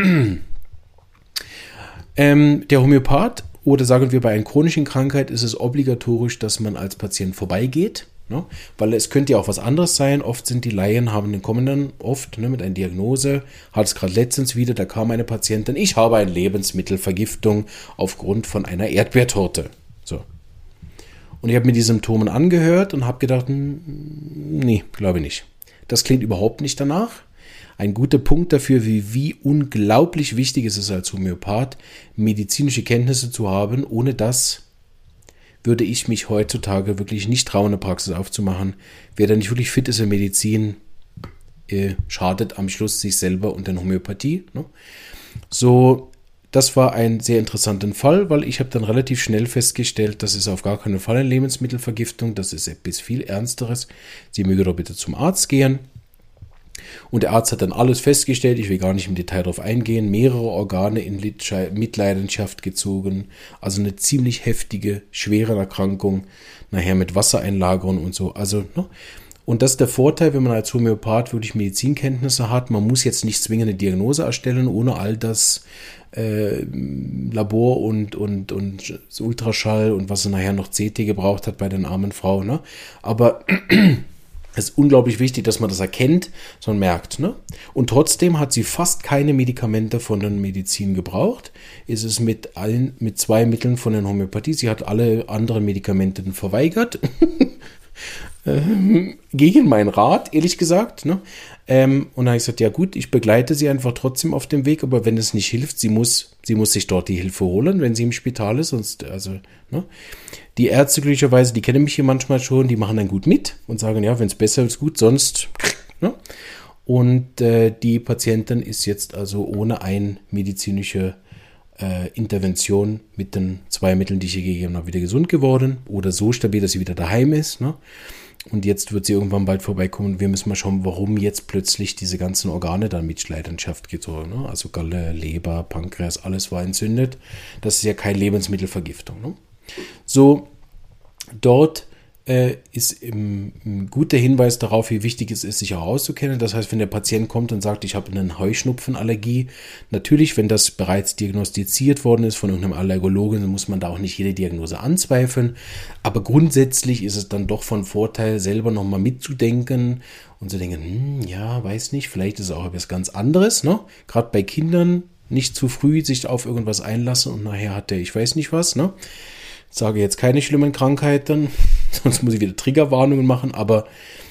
Der Homöopath, oder sagen wir bei einer chronischen Krankheit, ist es obligatorisch, dass man als Patient vorbeigeht, ne? Weil es könnte ja auch was anderes sein. Oft sind die Laien, kommen dann oft mit einer Diagnose, hat es gerade letztens wieder, da kam eine Patientin, ich habe eine Lebensmittelvergiftung aufgrund von einer Erdbeertorte. So. Und ich habe mir die Symptome angehört und habe gedacht, nee, glaube ich nicht. Das klingt überhaupt nicht danach. Ein guter Punkt dafür, wie unglaublich wichtig es ist als Homöopath, medizinische Kenntnisse zu haben. Ohne das würde ich mich heutzutage wirklich nicht trauen, eine Praxis aufzumachen. Wer da nicht wirklich fit ist in Medizin, schadet am Schluss sich selber und der Homöopathie. Ne? So, das war ein sehr interessanter Fall, weil ich habe dann relativ schnell festgestellt, das ist auf gar keinen Fall eine Lebensmittelvergiftung, das ist etwas viel Ernsteres. Sie möge doch bitte zum Arzt gehen. Und der Arzt hat dann alles festgestellt, ich will gar nicht im Detail darauf eingehen, mehrere Organe in Mitleidenschaft gezogen, also eine ziemlich heftige, schwere Erkrankung, nachher mit Wassereinlagerung und so. Also, ne? Und das ist der Vorteil, wenn man als Homöopath wirklich Medizinkenntnisse hat. Man muss jetzt nicht zwingend eine Diagnose erstellen, ohne all das Labor und Ultraschall und was er nachher noch CT gebraucht hat bei den armen Frauen. Ne? Aber Es ist unglaublich wichtig, dass man das erkennt, sondern merkt. Ne? Und trotzdem hat sie fast keine Medikamente von der Medizin gebraucht. Ist es mit 2 Mitteln von der Homöopathie. Sie hat alle anderen Medikamente verweigert. Gegen meinen Rat, ehrlich gesagt. Ne? Und dann habe ich gesagt, ja gut, ich begleite sie einfach trotzdem auf dem Weg, aber wenn es nicht hilft, sie muss sich dort die Hilfe holen, wenn sie im Spital ist. Sonst, also, ne? Die Ärzte glücklicherweise, die kennen mich hier manchmal schon, die machen dann gut mit und sagen, ja, wenn es besser ist, gut, sonst. Ne? Und die Patientin ist jetzt also ohne eine medizinische Intervention mit den 2 Mitteln, die ich ihr gegeben habe, wieder gesund geworden oder so stabil, dass sie wieder daheim ist. Ne? Und jetzt wird sie irgendwann bald vorbeikommen. Wir müssen mal schauen, warum jetzt plötzlich diese ganzen Organe dann mit Mitleidenschaft gezogen. Ne? Also Galle, Leber, Pankreas, alles war entzündet. Das ist ja keine Lebensmittelvergiftung. Ne? So, dort ist ein guter Hinweis darauf, wie wichtig es ist, sich auch auszukennen. Das heißt, wenn der Patient kommt und sagt, ich habe eine Heuschnupfenallergie, natürlich, wenn das bereits diagnostiziert worden ist von irgendeinem Allergologen, dann muss man da auch nicht jede Diagnose anzweifeln. Aber grundsätzlich ist es dann doch von Vorteil, selber nochmal mitzudenken und zu denken, ja, weiß nicht, vielleicht ist es auch etwas ganz anderes. Ne? Gerade bei Kindern nicht zu früh sich auf irgendwas einlassen und nachher hat der, ich weiß nicht was, ne? Ich sage jetzt keine schlimmen Krankheiten, sonst muss ich wieder Triggerwarnungen machen, aber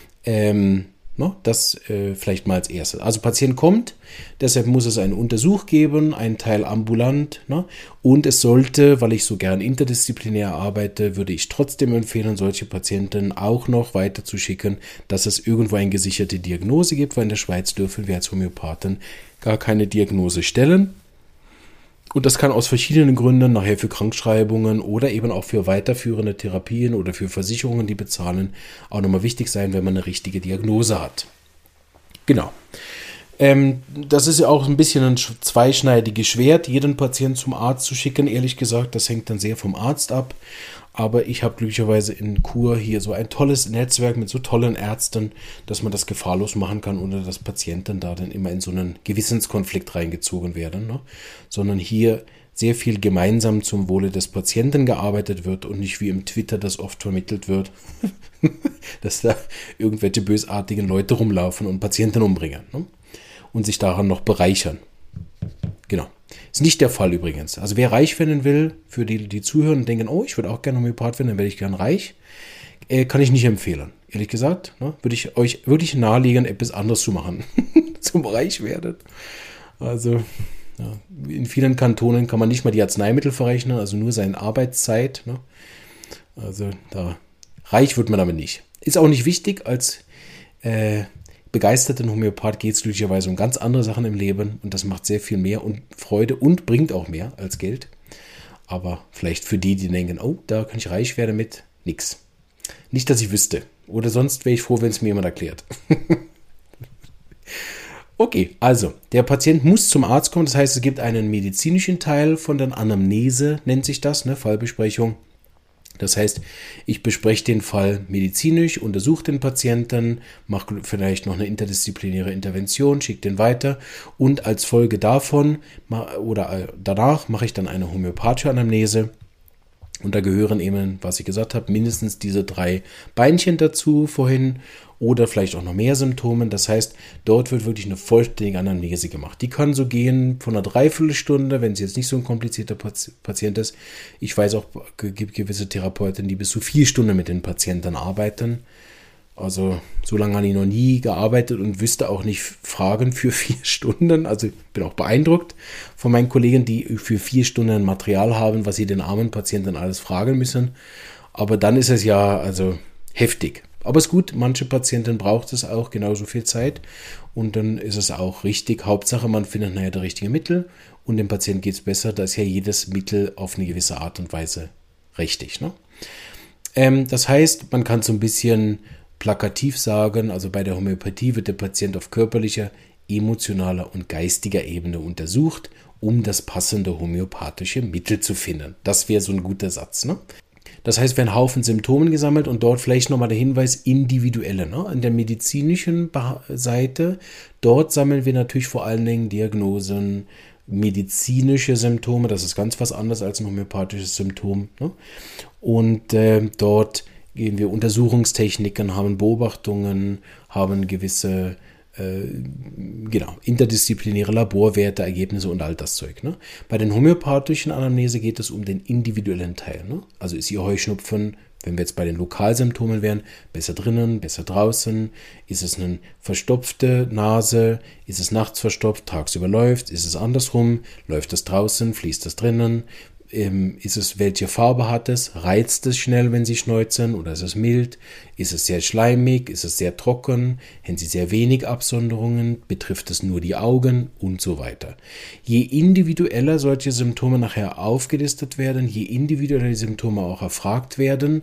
das vielleicht mal als erstes. Also Patient kommt, deshalb muss es einen Untersuch geben, einen Teil ambulant, ne? Und es sollte, weil ich so gern interdisziplinär arbeite, würde ich trotzdem empfehlen, solche Patienten auch noch weiter zu schicken, dass es irgendwo eine gesicherte Diagnose gibt, weil in der Schweiz dürfen wir als Homöopathen gar keine Diagnose stellen. Und das kann aus verschiedenen Gründen nachher für Krankschreibungen oder eben auch für weiterführende Therapien oder für Versicherungen, die bezahlen, auch nochmal wichtig sein, wenn man eine richtige Diagnose hat. Genau. Das ist ja auch ein bisschen ein zweischneidiges Schwert, jeden Patienten zum Arzt zu schicken, ehrlich gesagt. Das hängt dann sehr vom Arzt ab. Aber ich habe glücklicherweise in Chur hier so ein tolles Netzwerk mit so tollen Ärzten, dass man das gefahrlos machen kann, ohne dass Patienten da dann immer in so einen Gewissenskonflikt reingezogen werden. Ne? Sondern hier sehr viel gemeinsam zum Wohle des Patienten gearbeitet wird und nicht wie im Twitter das oft vermittelt wird, dass da irgendwelche bösartigen Leute rumlaufen und Patienten umbringen, ne? Und sich daran noch bereichern. Genau. Ist nicht der Fall übrigens. Also wer reich werden will, für die zuhören und denken, oh, ich würde auch gerne Homöopath werden, dann werde ich gern reich, kann ich nicht empfehlen. Ehrlich gesagt, ne, würde ich euch wirklich nahelegen, etwas anderes zu machen, zum reich werden. Also ja, in vielen Kantonen kann man nicht mal die Arzneimittel verrechnen, also nur seine Arbeitszeit. Ne? Also da reich wird man damit nicht. Ist auch nicht wichtig, als begeisterten Homöopath geht es glücklicherweise um ganz andere Sachen im Leben und das macht sehr viel mehr und Freude und bringt auch mehr als Geld. Aber vielleicht für die denken, oh, da kann ich reich werden mit nix. Nicht, dass ich wüsste. Oder sonst wäre ich froh, wenn es mir jemand erklärt. Okay, also der Patient muss zum Arzt kommen. Das heißt, es gibt einen medizinischen Teil von der Anamnese, nennt sich das, ne, Fallbesprechung. Das heißt, ich bespreche den Fall medizinisch, untersuche den Patienten, mache vielleicht noch eine interdisziplinäre Intervention, schicke den weiter und als Folge davon oder danach mache ich dann eine homöopathische Anamnese. Und da gehören eben, was ich gesagt habe, mindestens diese 3 Beinchen dazu vorhin oder vielleicht auch noch mehr Symptome. Das heißt, dort wird wirklich eine vollständige Anamnese gemacht. Die kann so gehen von einer Dreiviertelstunde, wenn es jetzt nicht so ein komplizierter Patient ist. Ich weiß auch, es gibt gewisse Therapeuten, die bis zu 4 Stunden mit den Patienten arbeiten. Also so lange habe ich noch nie gearbeitet und wüsste auch nicht Fragen für 4 Stunden. Also ich bin auch beeindruckt von meinen Kollegen, die für 4 Stunden Material haben, was sie den armen Patienten alles fragen müssen. Aber dann ist es ja also heftig. Aber es ist gut, manche Patienten braucht es auch genauso viel Zeit und dann ist es auch richtig. Hauptsache, man findet nachher das richtige Mittel und dem Patienten geht es besser. Da ist ja jedes Mittel auf eine gewisse Art und Weise richtig. Ne? Das heißt, man kann so ein bisschen plakativ sagen, also bei der Homöopathie wird der Patient auf körperlicher, emotionaler und geistiger Ebene untersucht, um das passende homöopathische Mittel zu finden. Das wäre so ein guter Satz, ne? Das heißt, wir haben einen Haufen Symptome gesammelt und dort vielleicht nochmal der Hinweis individuelle. Ne? An der medizinischen Seite, dort sammeln wir natürlich vor allen Dingen Diagnosen, medizinische Symptome, das ist ganz was anderes als ein homöopathisches Symptom. Ne? Und dort gehen wir Untersuchungstechniken, haben Beobachtungen, haben gewisse interdisziplinäre Laborwerte, Ergebnisse und all das Zeug. Ne? Bei den homöopathischen Anamnese geht es um den individuellen Teil. Ne? Also ist Ihr Heuschnupfen, wenn wir jetzt bei den Lokalsymptomen wären, besser drinnen, besser draußen? Ist es eine verstopfte Nase? Ist es nachts verstopft, tagsüber läuft? Ist es andersrum? Läuft es draußen, fließt es drinnen? Ist es, welche Farbe hat es? Reizt es schnell, wenn Sie schneuzen, oder ist es mild? Ist es sehr schleimig? Ist es sehr trocken? Haben Sie sehr wenig Absonderungen? Betrifft es nur die Augen? Und so weiter. Je individueller solche Symptome nachher aufgelistet werden, je individueller die Symptome auch erfragt werden,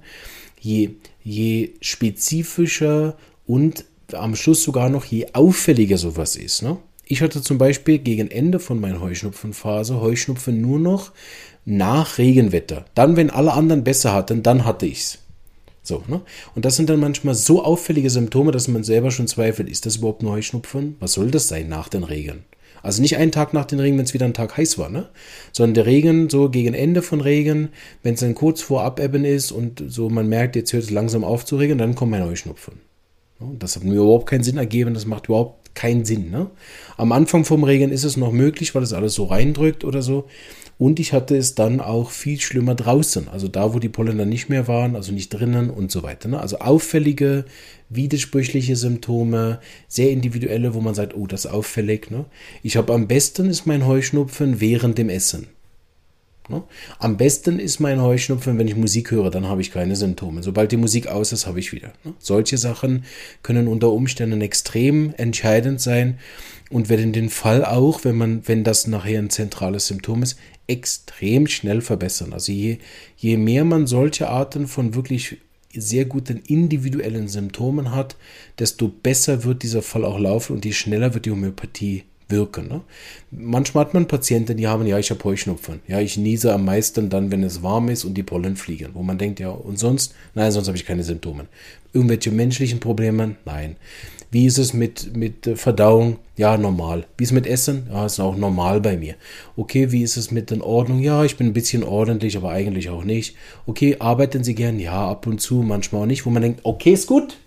je spezifischer und am Schluss sogar noch je auffälliger sowas ist. Ne? Ich hatte zum Beispiel gegen Ende von meiner Heuschnupfenphase Heuschnupfen nur noch nach Regenwetter. Dann, wenn alle anderen besser hatten, dann hatte ich's. So, ne? Und das sind dann manchmal so auffällige Symptome, dass man selber schon zweifelt, ist das überhaupt nur Heuschnupfen? Was soll das sein nach den Regen? Also nicht einen Tag nach den Regen, wenn es wieder ein Tag heiß war, ne? Sondern der Regen so gegen Ende von Regen, wenn es dann kurz vor Abebben ist und so man merkt, jetzt hört es langsam auf zu regnen, dann kommt mein Heuschnupfen. Das hat mir überhaupt keinen Sinn ergeben, das macht überhaupt keinen Sinn. Ne? Am Anfang vom Regen ist es noch möglich, weil es alles so reindrückt oder so. Und ich hatte es dann auch viel schlimmer draußen, also da, wo die Pollen dann nicht mehr waren, also nicht drinnen und so weiter. Ne? Also auffällige, widersprüchliche Symptome, sehr individuelle, wo man sagt, oh, das ist auffällig. Ne? Ich habe am besten ist mein Heuschnupfen während dem Essen. Ne? Am besten ist mein Heuschnupfen, wenn ich Musik höre, dann habe ich keine Symptome. Sobald die Musik aus ist, habe ich wieder. Ne? Solche Sachen können unter Umständen extrem entscheidend sein und werden den Fall auch, wenn das nachher ein zentrales Symptom ist, extrem schnell verbessern. Also je mehr man solche Arten von wirklich sehr guten individuellen Symptomen hat, desto besser wird dieser Fall auch laufen und je schneller wird die Homöopathie wirken. Ne? Manchmal hat man Patienten, die haben, ja, ich habe Heuschnupfen. Ja, ich niese am meisten dann, wenn es warm ist und die Pollen fliegen. Wo man denkt, ja, und sonst? Nein, sonst habe ich keine Symptome. Irgendwelche menschlichen Probleme? Nein. Wie ist es mit Verdauung? Ja, normal. Wie ist es mit Essen? Ja, ist auch normal bei mir. Okay, wie ist es mit der Ordnung? Ja, ich bin ein bisschen ordentlich, aber eigentlich auch nicht. Okay, arbeiten Sie gern? Ja, ab und zu, manchmal auch nicht. Wo man denkt, okay, ist gut.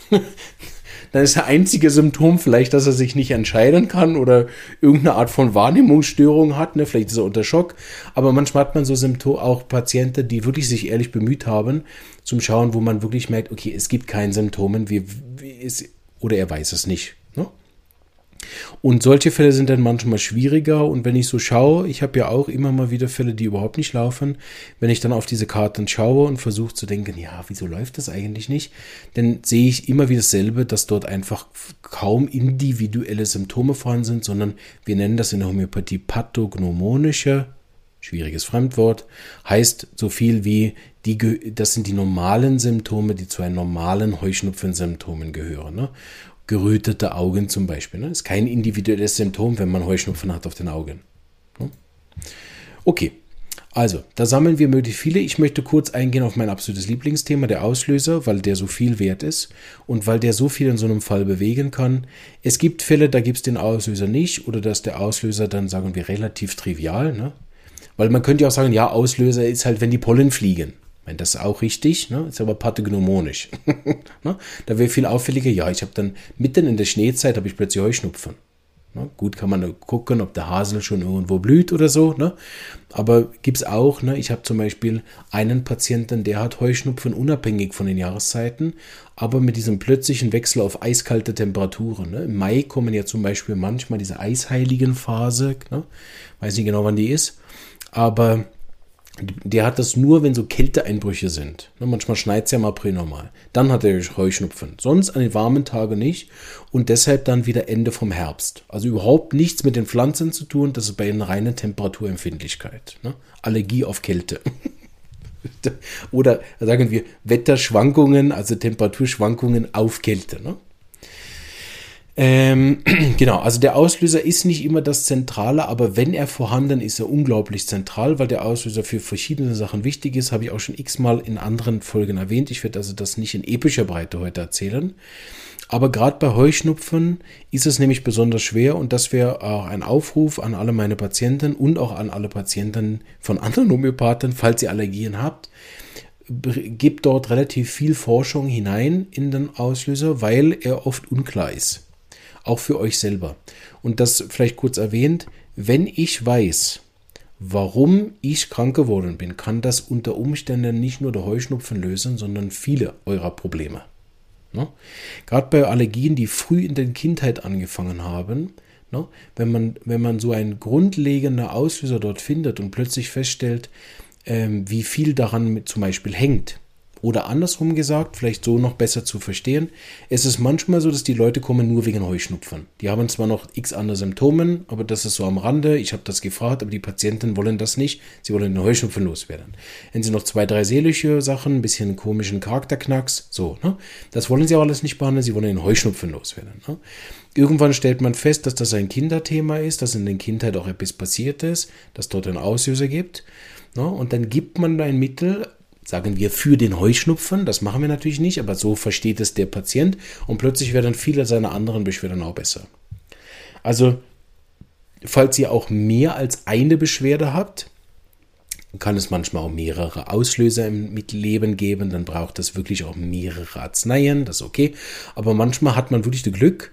Dann ist das einzige Symptom vielleicht, dass er sich nicht entscheiden kann oder irgendeine Art von Wahrnehmungsstörung hat. Ne? Vielleicht ist er unter Schock. Aber manchmal hat man so Symptome, auch Patienten, die wirklich sich ehrlich bemüht haben, zum Schauen, wo man wirklich merkt, okay, es gibt keine Symptome, oder er weiß es nicht. Ne? Und solche Fälle sind dann manchmal schwieriger und wenn ich so schaue, ich habe ja auch immer mal wieder Fälle, die überhaupt nicht laufen, wenn ich dann auf diese Karten schaue und versuche zu denken, ja, wieso läuft das eigentlich nicht, dann sehe ich immer wieder dasselbe, dass dort einfach kaum individuelle Symptome vorhanden sind, sondern wir nennen das in der Homöopathie pathognomonische, schwieriges Fremdwort, heißt so viel wie, das sind die normalen Symptome, die zu einem normalen Heuschnupfensymptomen gehören, ne? Gerötete Augen zum Beispiel. Ne? Ist kein individuelles Symptom, wenn man Heuschnupfen hat auf den Augen. Ne? Okay, also da sammeln wir möglichst viele. Ich möchte kurz eingehen auf mein absolutes Lieblingsthema, der Auslöser, weil der so viel wert ist und weil der so viel in so einem Fall bewegen kann. Es gibt Fälle, da gibt es den Auslöser nicht oder dass der Auslöser dann, sagen wir, relativ trivial. Ne? Weil man könnte ja auch sagen, ja, Auslöser ist halt, wenn die Pollen fliegen. Das ist auch richtig, ne? Ist aber pathognomonisch. Ne? Da wäre viel auffälliger, ja, ich habe dann mitten in der Schneezeit habe ich plötzlich Heuschnupfen. Ne? Gut, kann man gucken, ob der Hasel schon irgendwo blüht oder so, ne? Aber gibt es auch, ne? Ich habe zum Beispiel einen Patienten, der hat Heuschnupfen unabhängig von den Jahreszeiten, aber mit diesem plötzlichen Wechsel auf eiskalte Temperaturen. Ne? Im Mai kommen ja zum Beispiel manchmal diese Eisheiligenphase, ne? Weiß nicht genau, wann die ist, aber der hat das nur, wenn so Kälteeinbrüche sind. Manchmal schneit es ja im April normal. Dann hat er Heuschnupfen. Sonst an den warmen Tagen nicht. Und deshalb dann wieder Ende vom Herbst. Also überhaupt nichts mit den Pflanzen zu tun. Das ist bei ihnen reine Temperaturempfindlichkeit. Ne? Allergie auf Kälte. Oder sagen wir Wetterschwankungen, also Temperaturschwankungen auf Kälte. Ne? Genau, also der Auslöser ist nicht immer das Zentrale, aber wenn er vorhanden ist, er unglaublich zentral, weil der Auslöser für verschiedene Sachen wichtig ist, habe ich auch schon x-mal in anderen Folgen erwähnt. Ich werde also das nicht in epischer Breite heute erzählen. Aber gerade bei Heuschnupfen ist es nämlich besonders schwer und das wäre auch ein Aufruf an alle meine Patienten und auch an alle Patienten von anderen Homöopathen, falls ihr Allergien habt. gibt dort relativ viel Forschung hinein in den Auslöser, weil er oft unklar ist. Auch für euch selber. Und das vielleicht kurz erwähnt, wenn ich weiß, warum ich krank geworden bin, kann das unter Umständen nicht nur der Heuschnupfen lösen, sondern viele eurer Probleme. Ne? Gerade bei Allergien, die früh in der Kindheit angefangen haben, ne? Wenn man so einen grundlegenden Auslöser dort findet und plötzlich feststellt, wie viel daran zum Beispiel hängt. Oder andersrum gesagt, vielleicht so noch besser zu verstehen, es ist manchmal so, dass die Leute kommen nur wegen Heuschnupfen. Die haben zwar noch x andere Symptome, aber das ist so am Rande. Ich habe das gefragt, aber die Patienten wollen das nicht. Sie wollen den Heuschnupfen loswerden. Wenn sie noch 2, 3 seelische Sachen, ein bisschen komischen Charakterknacks, so, ne? Das wollen sie auch alles nicht behandeln, sie wollen den Heuschnupfen loswerden. Ne? Irgendwann stellt man fest, dass das ein Kinderthema ist, dass in der Kindheit auch etwas passiert ist, dass dort einen Auslöser gibt. Ne? Und dann gibt man ein Mittel, sagen wir, für den Heuschnupfen, das machen wir natürlich nicht, aber so versteht es der Patient und plötzlich werden viele seiner anderen Beschwerden auch besser. Also, falls ihr auch mehr als eine Beschwerde habt, kann es manchmal auch mehrere Auslöser im Leben geben, dann braucht es wirklich auch mehrere Arzneien, das ist okay, aber manchmal hat man wirklich das Glück,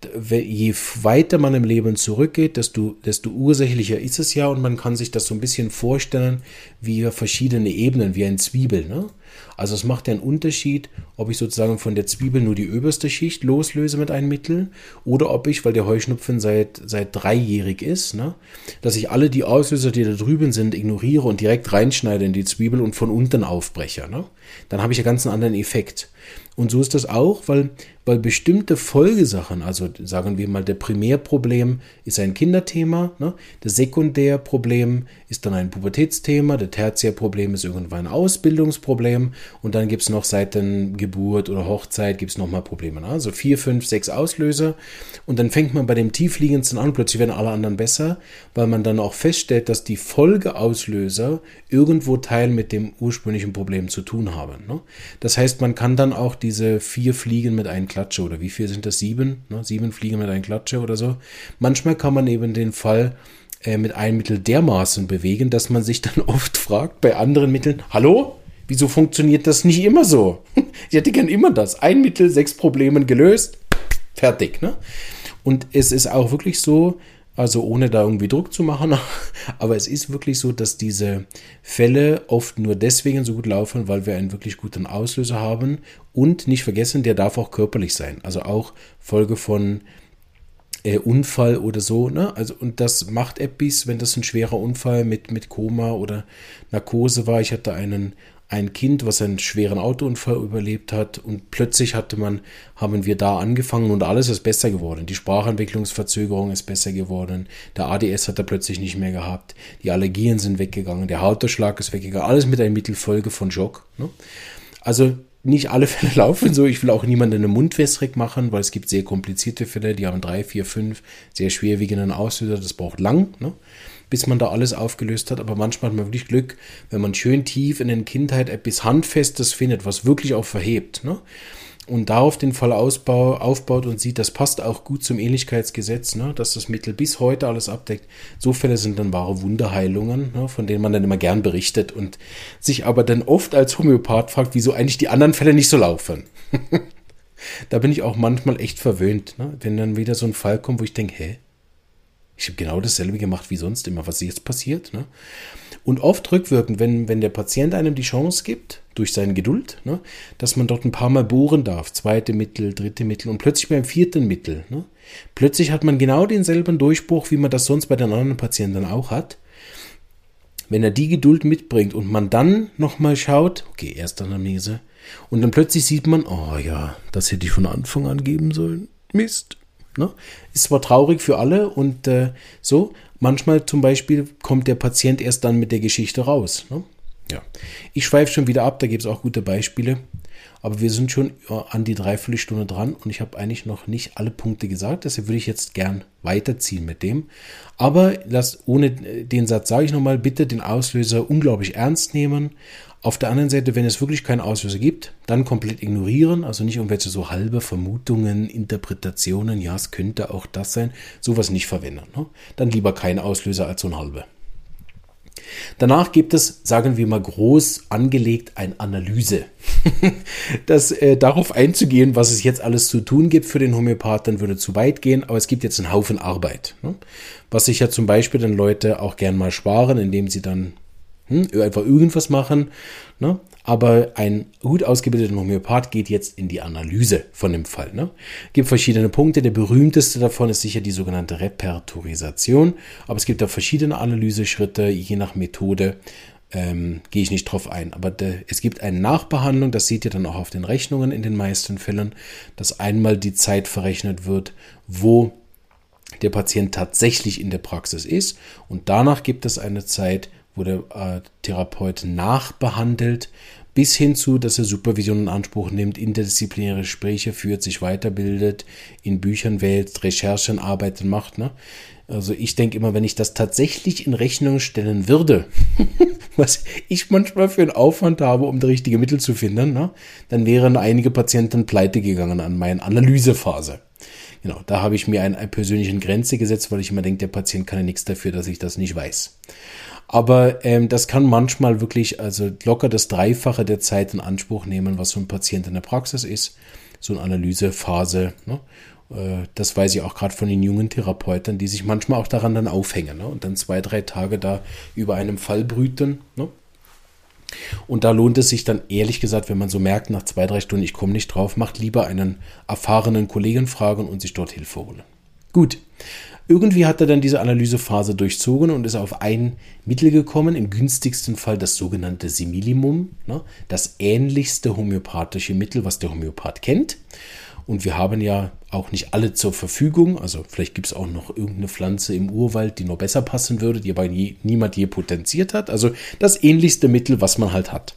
je weiter man im Leben zurückgeht, desto ursächlicher ist es ja und man kann sich das so ein bisschen vorstellen wie verschiedene Ebenen, wie eine Zwiebel. Ne? Also es macht ja einen Unterschied, ob ich sozusagen von der Zwiebel nur die oberste Schicht loslöse mit einem Mittel oder ob ich, weil der Heuschnupfen seit 3-jährig ist, ne, dass ich alle die Auslöser, die da drüben sind, ignoriere und direkt reinschneide in die Zwiebel und von unten aufbreche. Ne? Dann habe ich ja ganz einen anderen Effekt. Und so ist das auch, weil bestimmte Folgesachen, also sagen wir mal, der Primärproblem ist ein Kinderthema, ne? Das Sekundärproblem ist dann ein Pubertätsthema, der Tertiärproblem ist irgendwann ein Ausbildungsproblem und dann gibt es noch seit der Geburt oder Hochzeit gibt es nochmal Probleme. Ne? Also 4, 5, 6 Auslöser und dann fängt man bei dem tiefliegendsten an, plötzlich werden alle anderen besser, weil man dann auch feststellt, dass die Folgeauslöser irgendwo Teil mit dem ursprünglichen Problem zu tun haben. Ne? Das heißt, man kann dann auch diese 4 Fliegen mit einem Klatsche oder wie viel sind das? 7? Ne? 7 Fliegen mit einem Klatsche oder so. Manchmal kann man eben den Fall mit einem Mittel dermaßen bewegen, dass man sich dann oft fragt bei anderen Mitteln, hallo? Wieso funktioniert das nicht immer so? Ich hätte gern immer das. Ein Mittel, 6 Probleme gelöst, fertig. Ne? Und es ist auch wirklich so, also ohne da irgendwie Druck zu machen, aber es ist wirklich so, dass diese Fälle oft nur deswegen so gut laufen, weil wir einen wirklich guten Auslöser haben und nicht vergessen, der darf auch körperlich sein, also auch Folge von Unfall oder so, ne? Also, und das macht etwas, wenn das ein schwerer Unfall mit Koma oder Narkose war. Ich hatte ein Kind, was einen schweren Autounfall überlebt hat und plötzlich haben wir da angefangen und alles ist besser geworden. Die Sprachentwicklungsverzögerung ist besser geworden, der ADS hat er plötzlich nicht mehr gehabt, die Allergien sind weggegangen, der Hautausschlag ist weggegangen, alles mit einer Mittelfolge von Schock. Ne? Also nicht alle Fälle laufen so, ich will auch niemanden den Mund wässrig machen, weil es gibt sehr komplizierte Fälle, die haben 3, 4, 5 sehr schwerwiegenden Auslöser, das braucht lang, ne? Bis man da alles aufgelöst hat, aber manchmal hat man wirklich Glück, wenn man schön tief in der Kindheit etwas Handfestes findet, was wirklich auch verhebt, ne? Und darauf den Fall aufbaut und sieht, das passt auch gut zum Ähnlichkeitsgesetz, ne? Dass das Mittel bis heute alles abdeckt. So Fälle sind dann wahre Wunderheilungen, ne? Von denen man dann immer gern berichtet und sich aber dann oft als Homöopath fragt, wieso eigentlich die anderen Fälle nicht so laufen. Da bin ich auch manchmal echt verwöhnt, ne? Wenn dann wieder so ein Fall kommt, wo ich denke, hä? Ich habe genau dasselbe gemacht wie sonst immer, was jetzt passiert. Ne? Und oft rückwirkend, wenn der Patient einem die Chance gibt, durch seine Geduld, ne, dass man dort ein paar Mal bohren darf, 2. Mittel, 3. Mittel und plötzlich beim 4. Mittel. Ne, plötzlich hat man genau denselben Durchbruch, wie man das sonst bei den anderen Patienten auch hat. Wenn er die Geduld mitbringt und man dann nochmal schaut, okay, Erstanamnese, und dann plötzlich sieht man, oh ja, das hätte ich von Anfang an geben sollen. Mist. Ne? Ist zwar traurig für alle und so, manchmal zum Beispiel kommt der Patient erst dann mit der Geschichte raus. Ne? Ja. Ich schweife schon wieder ab, da gibt es auch gute Beispiele, aber wir sind schon an die Dreiviertelstunde dran und ich habe eigentlich noch nicht alle Punkte gesagt, deshalb würde ich jetzt gern weiterziehen mit dem. Aber ohne den Satz sage ich nochmal, bitte den Auslöser unglaublich ernst nehmen. Auf der anderen Seite, wenn es wirklich keinen Auslöser gibt, dann komplett ignorieren, also nicht irgendwelche so halbe Vermutungen, Interpretationen, ja, es könnte auch das sein, sowas nicht verwenden. Ne? Dann lieber kein Auslöser als so ein halbe. Danach gibt es, sagen wir mal groß angelegt, eine Analyse. Darauf einzugehen, was es jetzt alles zu tun gibt für den Homöopathen, würde zu weit gehen, aber es gibt jetzt einen Haufen Arbeit. Ne? Was sich ja zum Beispiel dann Leute auch gern mal sparen, indem sie dann einfach irgendwas machen. Ne? Aber ein gut ausgebildeter Homöopath geht jetzt in die Analyse von dem Fall. Ne? Gibt verschiedene Punkte. Der berühmteste davon ist sicher die sogenannte Repertorisation. Aber es gibt da verschiedene Analyseschritte, je nach Methode. Gehe ich nicht drauf ein. Aber es gibt eine Nachbehandlung, das seht ihr dann auch auf den Rechnungen in den meisten Fällen, dass einmal die Zeit verrechnet wird, wo der Patient tatsächlich in der Praxis ist. Und danach gibt es eine Zeit, wo der Therapeut nachbehandelt, bis hin zu, dass er Supervision in Anspruch nimmt, interdisziplinäre Gespräche führt, sich weiterbildet, in Büchern wählt, Recherchenarbeiten macht. Ne? Also ich denke immer, wenn ich das tatsächlich in Rechnung stellen würde, was ich manchmal für einen Aufwand habe, um das richtige Mittel zu finden, ne? Dann wären einige Patienten pleite gegangen an meiner Analysephase. Genau, da habe ich mir eine persönliche Grenze gesetzt, weil ich immer denke, der Patient kann ja nichts dafür, dass ich das nicht weiß. Aber das kann manchmal wirklich also locker das Dreifache der Zeit in Anspruch nehmen, was so ein Patient in der Praxis ist, so eine Analysephase. Ne? Das weiß ich auch gerade von den jungen Therapeuten, die sich manchmal auch daran dann aufhängen, ne? Und dann 2-3 Tage da über einem Fall brüten. Ne? Und da lohnt es sich dann ehrlich gesagt, wenn man so merkt, nach 2-3 Stunden, ich komme nicht drauf, macht lieber einen erfahrenen Kollegen fragen und sich dort Hilfe holen. Gut. Irgendwie hat er dann diese Analysephase durchzogen und ist auf ein Mittel gekommen, im günstigsten Fall das sogenannte Similimum, ne, das ähnlichste homöopathische Mittel, was der Homöopath kennt. Und wir haben ja auch nicht alle zur Verfügung, also vielleicht gibt es auch noch irgendeine Pflanze im Urwald, die noch besser passen würde, die aber niemand je potenziert hat. Also das ähnlichste Mittel, was man halt hat.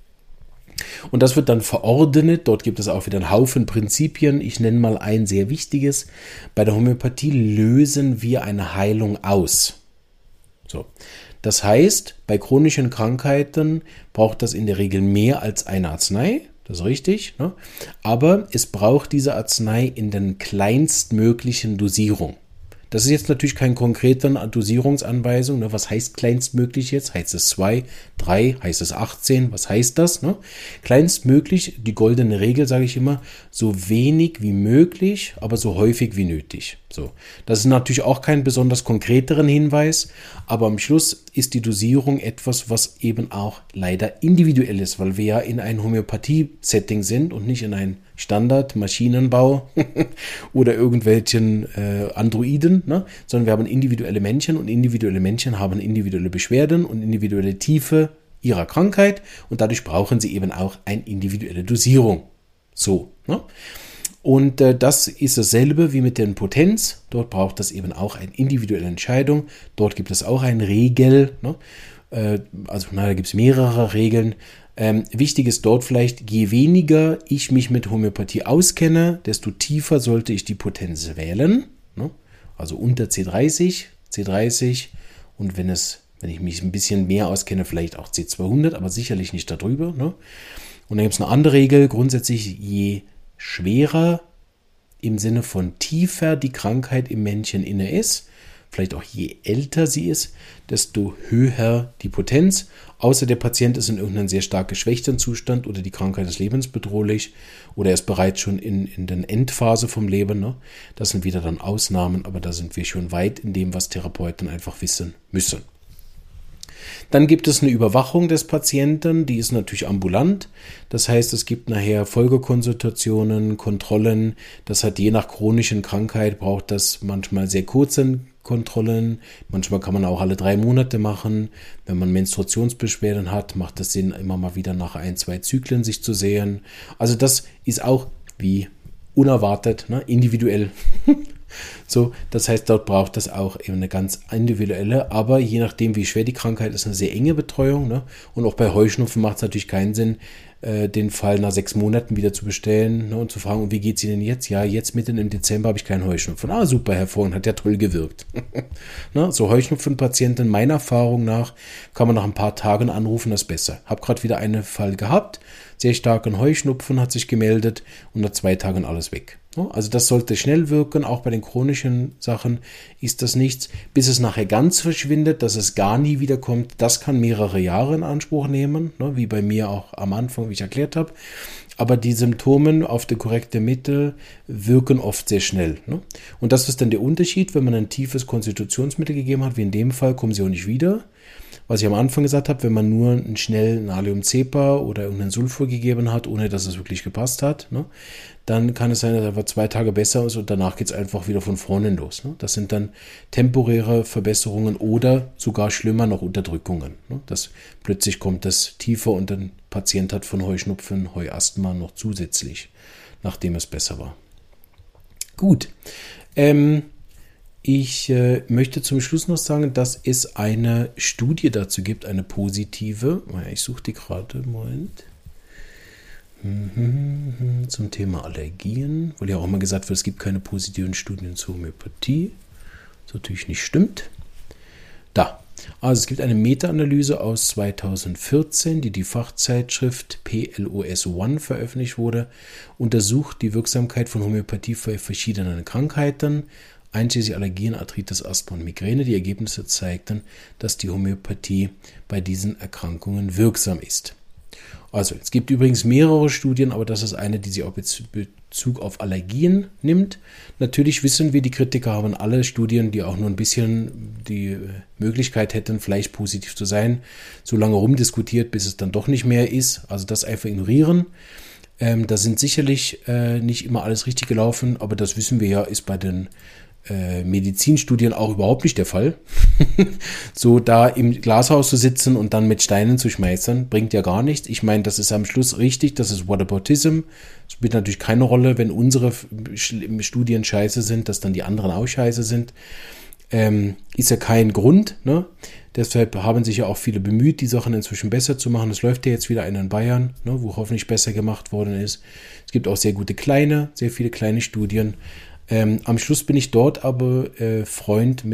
Und das wird dann verordnet. Dort gibt es auch wieder einen Haufen Prinzipien. Ich nenne mal ein sehr wichtiges. Bei der Homöopathie lösen wir eine Heilung aus. So. Das heißt, bei chronischen Krankheiten braucht das in der Regel mehr als eine Arznei. Das ist richtig. Ne? Aber es braucht diese Arznei in den kleinstmöglichen Dosierungen. Das ist jetzt natürlich keine konkrete Dosierungsanweisung. Ne? Was heißt kleinstmöglich jetzt? Heißt es 2, 3? Heißt es 18? Was heißt das? Ne? Kleinstmöglich, die goldene Regel, sage ich immer, so wenig wie möglich, aber so häufig wie nötig. So. Das ist natürlich auch kein besonders konkreteren Hinweis, aber am Schluss ist die Dosierung etwas, was eben auch leider individuell ist, weil wir ja in einem Homöopathie-Setting sind und nicht in einem Standard-Maschinenbau oder irgendwelchen Androiden, ne? Sondern wir haben individuelle Menschen und individuelle Menschen haben individuelle Beschwerden und individuelle Tiefe ihrer Krankheit und dadurch brauchen sie eben auch eine individuelle Dosierung. So, ne? Und das ist dasselbe wie mit der Potenz. Dort braucht das eben auch eine individuelle Entscheidung. Dort gibt es auch eine Regel. Ne? Da gibt es mehrere Regeln. Wichtig ist dort vielleicht, je weniger ich mich mit Homöopathie auskenne, desto tiefer sollte ich die Potenz wählen. Ne? Also unter C30 und wenn ich mich ein bisschen mehr auskenne, vielleicht auch C200, aber sicherlich nicht darüber. Ne? Und dann gibt es eine andere Regel. Grundsätzlich, je schwerer im Sinne von tiefer die Krankheit im Männchen inne ist, vielleicht auch je älter sie ist, desto höher die Potenz. Außer der Patient ist in irgendeinem sehr stark geschwächten Zustand oder die Krankheit ist lebensbedrohlich oder er ist bereits schon in der Endphase vom Leben. Ne? Das sind wieder dann Ausnahmen, aber da sind wir schon weit in dem, was Therapeuten einfach wissen müssen. Dann gibt es eine Überwachung des Patienten, die ist natürlich ambulant. Das heißt, es gibt nachher Folgekonsultationen, Kontrollen. Das hat je nach chronischen Krankheit, braucht das manchmal sehr kurze Kontrollen. Manchmal kann man auch alle 3 Monate machen. Wenn man Menstruationsbeschwerden hat, macht es Sinn, immer mal wieder nach 1-2 Zyklen sich zu sehen. Also das ist auch wie unerwartet, ne, individuell. So, das heißt, dort braucht das auch eben eine ganz individuelle, aber je nachdem, wie schwer die Krankheit ist, eine sehr enge Betreuung. Ne? Und auch bei Heuschnupfen macht es natürlich keinen Sinn, den Fall nach 6 Monaten wieder zu bestellen, ne, und zu fragen, und wie geht's Ihnen jetzt? Ja, jetzt mitten im Dezember habe ich keinen Heuschnupfen. Ah, super, hervorragend, hat ja toll gewirkt. Ne, so Heuschnupfenpatienten, meiner Erfahrung nach, kann man nach ein paar Tagen anrufen, das ist besser. Hab gerade wieder einen Fall gehabt, sehr starken Heuschnupfen, hat sich gemeldet und nach 2 Tagen alles weg. Also das sollte schnell wirken, auch bei den chronischen Sachen ist das nichts. Bis es nachher ganz verschwindet, dass es gar nie wiederkommt, das kann mehrere Jahre in Anspruch nehmen, wie bei mir auch am Anfang, wie ich erklärt habe. Aber die Symptome auf die korrekte Mittel wirken oft sehr schnell. Und das ist dann der Unterschied, wenn man ein tiefes Konstitutionsmittel gegeben hat, wie in dem Fall, kommen sie auch nicht wieder. Was ich am Anfang gesagt habe, wenn man nur einen schnellen Nalium-Cepa oder irgendeinen Sulfur gegeben hat, ohne dass es wirklich gepasst hat, dann kann es sein, dass er einfach 2 Tage besser ist und danach geht es einfach wieder von vorne los. Das sind dann temporäre Verbesserungen oder sogar schlimmer noch Unterdrückungen. Das plötzlich kommt das tiefer und der Patient hat von Heuschnupfen, Heuasthma noch zusätzlich, nachdem es besser war. Gut. Ich möchte zum Schluss noch sagen, dass es eine Studie dazu gibt, eine positive. Ich suche die gerade, Moment. Zum Thema Allergien. Weil ja auch immer gesagt wird, es gibt keine positiven Studien zur Homöopathie. Das natürlich nicht stimmt. Da. Also es gibt eine Meta-Analyse aus 2014, die Fachzeitschrift PLOS ONE veröffentlicht wurde, untersucht die Wirksamkeit von Homöopathie für verschiedene Krankheiten, einschließlich Allergien, Arthritis, Asthma und Migräne. Die Ergebnisse zeigten, dass die Homöopathie bei diesen Erkrankungen wirksam ist. Also, es gibt übrigens mehrere Studien, aber das ist eine, die sich auch Bezug auf Allergien nimmt. Natürlich wissen wir, die Kritiker haben alle Studien, die auch nur ein bisschen die Möglichkeit hätten, vielleicht positiv zu sein, so lange rumdiskutiert, bis es dann doch nicht mehr ist. Also das einfach ignorieren. Da sind sicherlich nicht immer alles richtig gelaufen, aber das wissen wir ja, ist bei den Medizinstudien auch überhaupt nicht der Fall. So da im Glashaus zu sitzen und dann mit Steinen zu schmeißen, bringt ja gar nichts. Ich meine, das ist am Schluss richtig, das ist Whataboutism. Es spielt natürlich keine Rolle, wenn unsere Studien scheiße sind, dass dann die anderen auch scheiße sind. Ist ja kein Grund, ne? Deshalb haben sich ja auch viele bemüht, die Sachen inzwischen besser zu machen. Es läuft ja jetzt wieder in Bayern, ne, wo hoffentlich besser gemacht worden ist. Es gibt auch sehr viele kleine Studien. Am Schluss bin ich dort aber Freund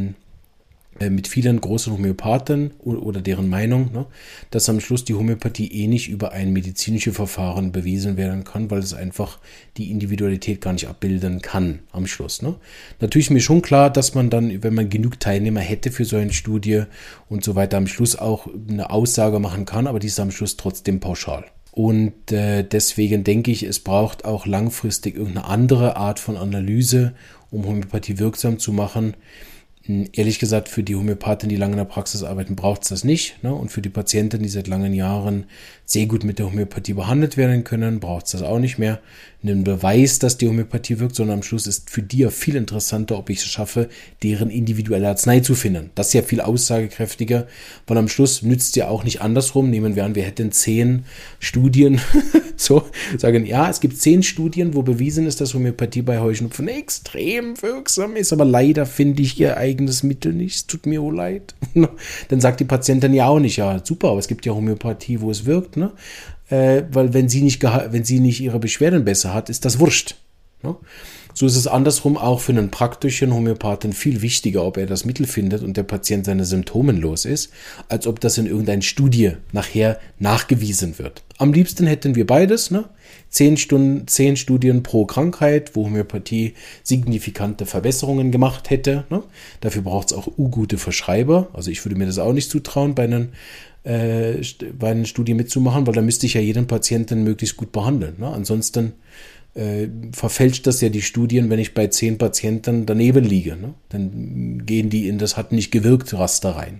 mit vielen großen Homöopathen oder deren Meinung, ne, dass am Schluss die Homöopathie nicht über ein medizinisches Verfahren bewiesen werden kann, weil es einfach die Individualität gar nicht abbilden kann am Schluss. Ne. Natürlich ist mir schon klar, dass man dann, wenn man genug Teilnehmer hätte für so eine Studie und so weiter, am Schluss auch eine Aussage machen kann, aber die ist am Schluss trotzdem pauschal. Und deswegen denke ich, es braucht auch langfristig irgendeine andere Art von Analyse, um Homöopathie wirksam zu machen. Ehrlich gesagt, für die Homöopathen, die lange in der Praxis arbeiten, braucht es das nicht. Ne? Und für die Patienten, die seit langen Jahren sehr gut mit der Homöopathie behandelt werden können, braucht es das auch nicht mehr. Einen Beweis, dass die Homöopathie wirkt, sondern am Schluss ist für die ja viel interessanter, ob ich es schaffe, deren individuelle Arznei zu finden. Das ist ja viel aussagekräftiger, weil am Schluss nützt es ja auch nicht andersrum. Nehmen wir an, wir hätten 10 Studien, so sagen, ja, es gibt 10 Studien, wo bewiesen ist, dass Homöopathie bei Heuschnupfen extrem wirksam ist, aber leider finde ich ihr eigenes Mittel nicht. Es tut mir auch leid. Dann sagt die Patientin ja auch nicht, ja, super, aber es gibt ja Homöopathie, wo es wirkt, ne? Weil wenn sie nicht ihre Beschwerden besser hat, ist das wurscht. Ne? So ist es andersrum auch für einen praktischen Homöopathen viel wichtiger, ob er das Mittel findet und der Patient seine Symptome los ist, als ob das in irgendeiner Studie nachher nachgewiesen wird. Am liebsten hätten wir beides, ne? 10 Studien pro Krankheit, wo Homöopathie signifikante Verbesserungen gemacht hätte. Ne? Dafür braucht es auch gute Verschreiber. Also ich würde mir das auch nicht zutrauen, bei einer Studie mitzumachen, weil da müsste ich ja jeden Patienten möglichst gut behandeln. Ne? Ansonsten verfälscht das ja die Studien, wenn ich bei 10 Patienten daneben liege. Ne? Dann gehen die in das hat nicht gewirkt Raster rein.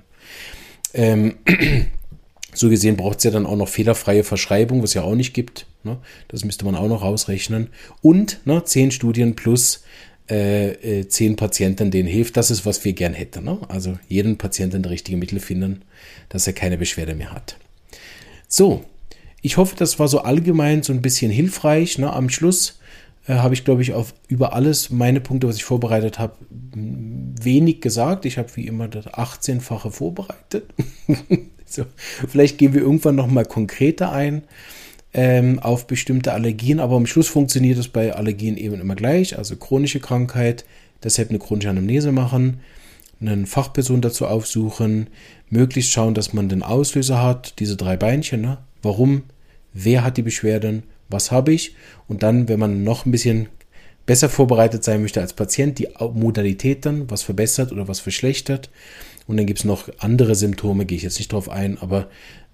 So gesehen braucht es ja dann auch noch fehlerfreie Verschreibung, was ja auch nicht gibt. Ne? Das müsste man auch noch ausrechnen. Und 10 Studien plus 10 Patienten, denen hilft. Das ist, was wir gern hätten. Ne? Also jeden Patienten das richtige Mittel finden, dass er keine Beschwerde mehr hat. So, ich hoffe, das war so allgemein so ein bisschen hilfreich. Ne? Am Schluss habe ich, glaube ich, über alles meine Punkte, was ich vorbereitet habe, wenig gesagt. Ich habe wie immer das 18-fache vorbereitet. So, vielleicht gehen wir irgendwann noch mal konkreter ein. auf bestimmte Allergien, aber am Schluss funktioniert es bei Allergien eben immer gleich, also chronische Krankheit, deshalb eine chronische Anamnese machen, eine Fachperson dazu aufsuchen, möglichst schauen, dass man den Auslöser hat, diese 3 Beinchen, ne? Warum, wer hat die Beschwerden, was habe ich, und dann, wenn man noch ein bisschen besser vorbereitet sein möchte als Patient, die Modalität dann, was verbessert oder was verschlechtert, und dann gibt es noch andere Symptome, gehe ich jetzt nicht drauf ein, aber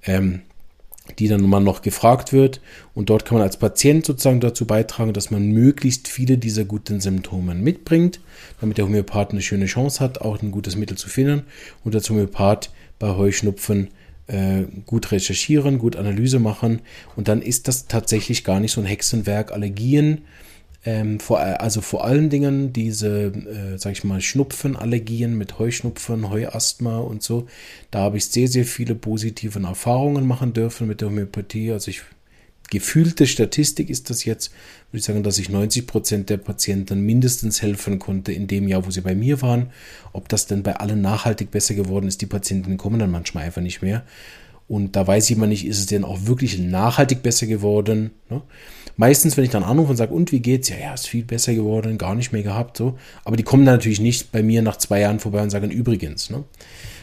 die dann mal noch gefragt wird, und dort kann man als Patient sozusagen dazu beitragen, dass man möglichst viele dieser guten Symptome mitbringt, damit der Homöopath eine schöne Chance hat, auch ein gutes Mittel zu finden, und der Homöopath bei Heuschnupfen gut recherchieren, gut Analyse machen, und dann ist das tatsächlich gar nicht so ein Hexenwerk. Allergien, vor allen Dingen diese, sag ich mal, Schnupfenallergien mit Heuschnupfen, Heuasthma und so, da habe ich sehr, sehr viele positive Erfahrungen machen dürfen mit der Homöopathie. Also gefühlte Statistik ist das jetzt, würde ich sagen, dass ich 90% der Patienten mindestens helfen konnte in dem Jahr, wo sie bei mir waren. Ob das denn bei allen nachhaltig besser geworden ist, die Patienten kommen dann manchmal einfach nicht mehr. Und da weiß ich immer nicht, ist es denn auch wirklich nachhaltig besser geworden? Ne? Meistens, wenn ich dann anrufe und sage, und wie geht's? Ja, ist viel besser geworden, gar nicht mehr gehabt. So. Aber die kommen dann natürlich nicht bei mir nach 2 Jahren vorbei und sagen, übrigens, ne?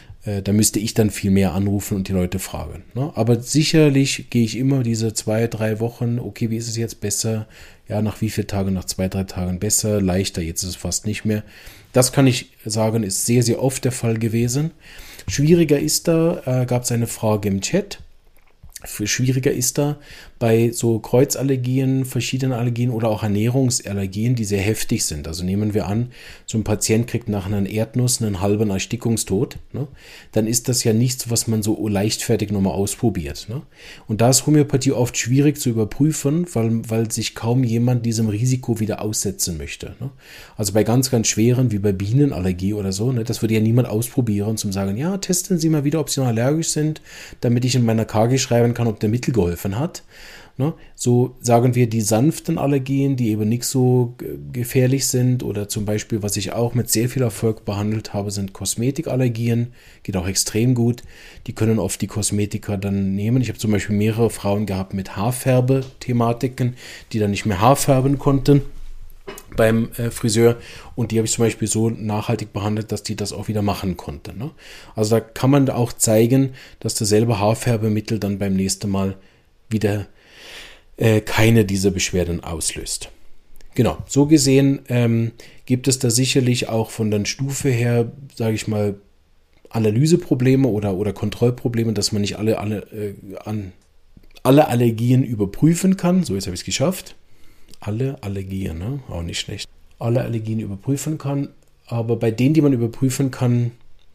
Da müsste ich dann viel mehr anrufen und die Leute fragen. Ne? Aber sicherlich gehe ich immer diese 2, 3 Wochen, okay, wie ist es jetzt besser? Ja, nach wie vielen Tagen? Nach 2, 3 Tagen besser, leichter, jetzt ist es fast nicht mehr. Das kann ich sagen, ist sehr, sehr oft der Fall gewesen. Schwieriger ist da, gab es eine Frage im Chat, schwieriger ist da bei so Kreuzallergien, verschiedenen Allergien oder auch Ernährungsallergien, die sehr heftig sind. Also nehmen wir an, so ein Patient kriegt nach einer Erdnuss einen halben Erstickungstod, ne? Dann ist das ja nichts, was man so leichtfertig nochmal ausprobiert. Ne? Und da ist Homöopathie oft schwierig zu überprüfen, weil sich kaum jemand diesem Risiko wieder aussetzen möchte. Ne? Also bei ganz, ganz schweren, wie bei Bienenallergie oder so, ne, das würde ja niemand ausprobieren, zum sagen, ja, testen Sie mal wieder, ob Sie noch allergisch sind, damit ich in meiner KG schreiben kann, ob der Mittel geholfen hat. Ne? So sagen wir die sanften Allergien, die eben nicht so gefährlich sind, oder zum Beispiel, was ich auch mit sehr viel Erfolg behandelt habe, sind Kosmetikallergien, geht auch extrem gut. Die können oft die Kosmetiker dann nehmen. Ich habe zum Beispiel mehrere Frauen gehabt mit Haarfärbe-Thematiken, die dann nicht mehr Haar färben konnten beim Friseur, und die habe ich zum Beispiel so nachhaltig behandelt, dass die das auch wieder machen konnten. Ne? Also da kann man auch zeigen, dass dasselbe Haarfärbemittel dann beim nächsten Mal wieder keine dieser Beschwerden auslöst. Genau, so gesehen gibt es da sicherlich auch von der Stufe her, sage ich mal, Analyseprobleme oder Kontrollprobleme, dass man nicht alle Allergien überprüfen kann. So, jetzt habe ich es geschafft. Alle Allergien, ne? Auch nicht schlecht. Alle Allergien überprüfen kann, aber bei denen, die man überprüfen kann,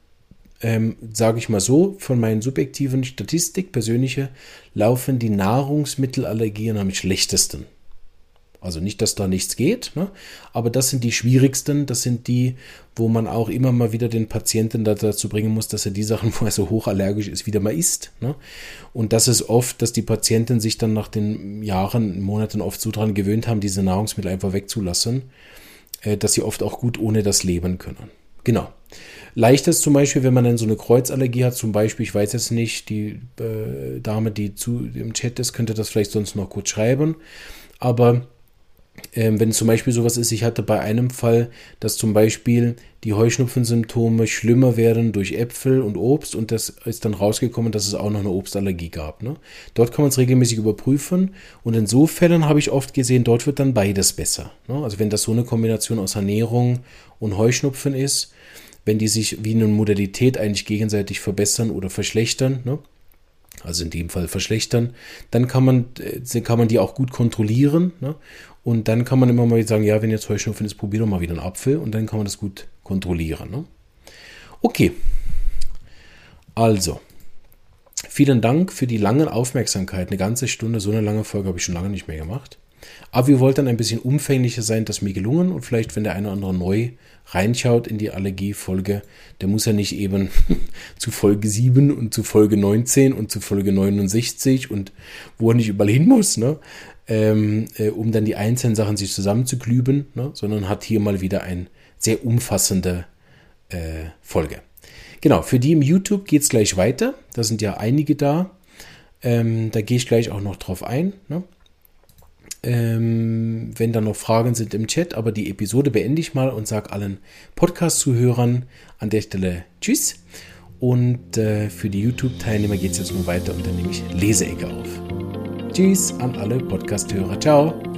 sage ich mal so, von meinen subjektiven Statistik, persönliche, laufen die Nahrungsmittelallergien am schlechtesten. Also nicht, dass da nichts geht, ne? Aber das sind die schwierigsten, das sind die, wo man auch immer mal wieder den Patienten dazu bringen muss, dass er die Sachen, wo er so hochallergisch ist, wieder mal isst. Ne? Und das ist oft, dass die Patienten sich dann nach den Jahren, Monaten oft so dran gewöhnt haben, diese Nahrungsmittel einfach wegzulassen, dass sie oft auch gut ohne das leben können. Genau. Leicht ist zum Beispiel, wenn man dann so eine Kreuzallergie hat, zum Beispiel, ich weiß jetzt nicht, die Dame, die im Chat ist, könnte das vielleicht sonst noch kurz schreiben, aber wenn zum Beispiel sowas ist, ich hatte bei einem Fall, dass zum Beispiel die Heuschnupfensymptome schlimmer werden durch Äpfel und Obst, und das ist dann rausgekommen, dass es auch noch eine Obstallergie gab. Ne? Dort kann man es regelmäßig überprüfen, und in so Fällen habe ich oft gesehen, dort wird dann beides besser. Ne? Also wenn das so eine Kombination aus Ernährung und Heuschnupfen ist, wenn die sich wie eine Modalität eigentlich gegenseitig verbessern oder verschlechtern, ne? Also in dem Fall verschlechtern, dann kann man die auch gut kontrollieren, ne? Und dann kann man immer mal sagen, ja, wenn jetzt Heuschnupfen ist, probier doch mal wieder einen Apfel, und dann kann man das gut kontrollieren. Ne? Okay, also, vielen Dank für die lange Aufmerksamkeit, eine ganze Stunde, so eine lange Folge habe ich schon lange nicht mehr gemacht. Aber wir wollten ein bisschen umfänglicher sein, das ist mir gelungen, und vielleicht, wenn der eine oder andere neu reinschaut in die Allergie-Folge, der muss ja nicht eben zu Folge 7 und zu Folge 19 und zu Folge 69 und wo er nicht überall hin muss, ne? Um dann die einzelnen Sachen sich zusammenzuklüben, ne? Sondern hat hier mal wieder eine sehr umfassende Folge. Genau, für die im YouTube geht es gleich weiter, da sind ja einige da. Da gehe ich gleich auch noch drauf ein, ne? Wenn da noch Fragen sind im Chat, aber die Episode beende ich mal und sage allen Podcast-Zuhörern an der Stelle Tschüss. Und für die YouTube-Teilnehmer geht es jetzt nur weiter und dann nehme ich Leseecke auf. Tschüss an alle Podcast-Hörer. Ciao.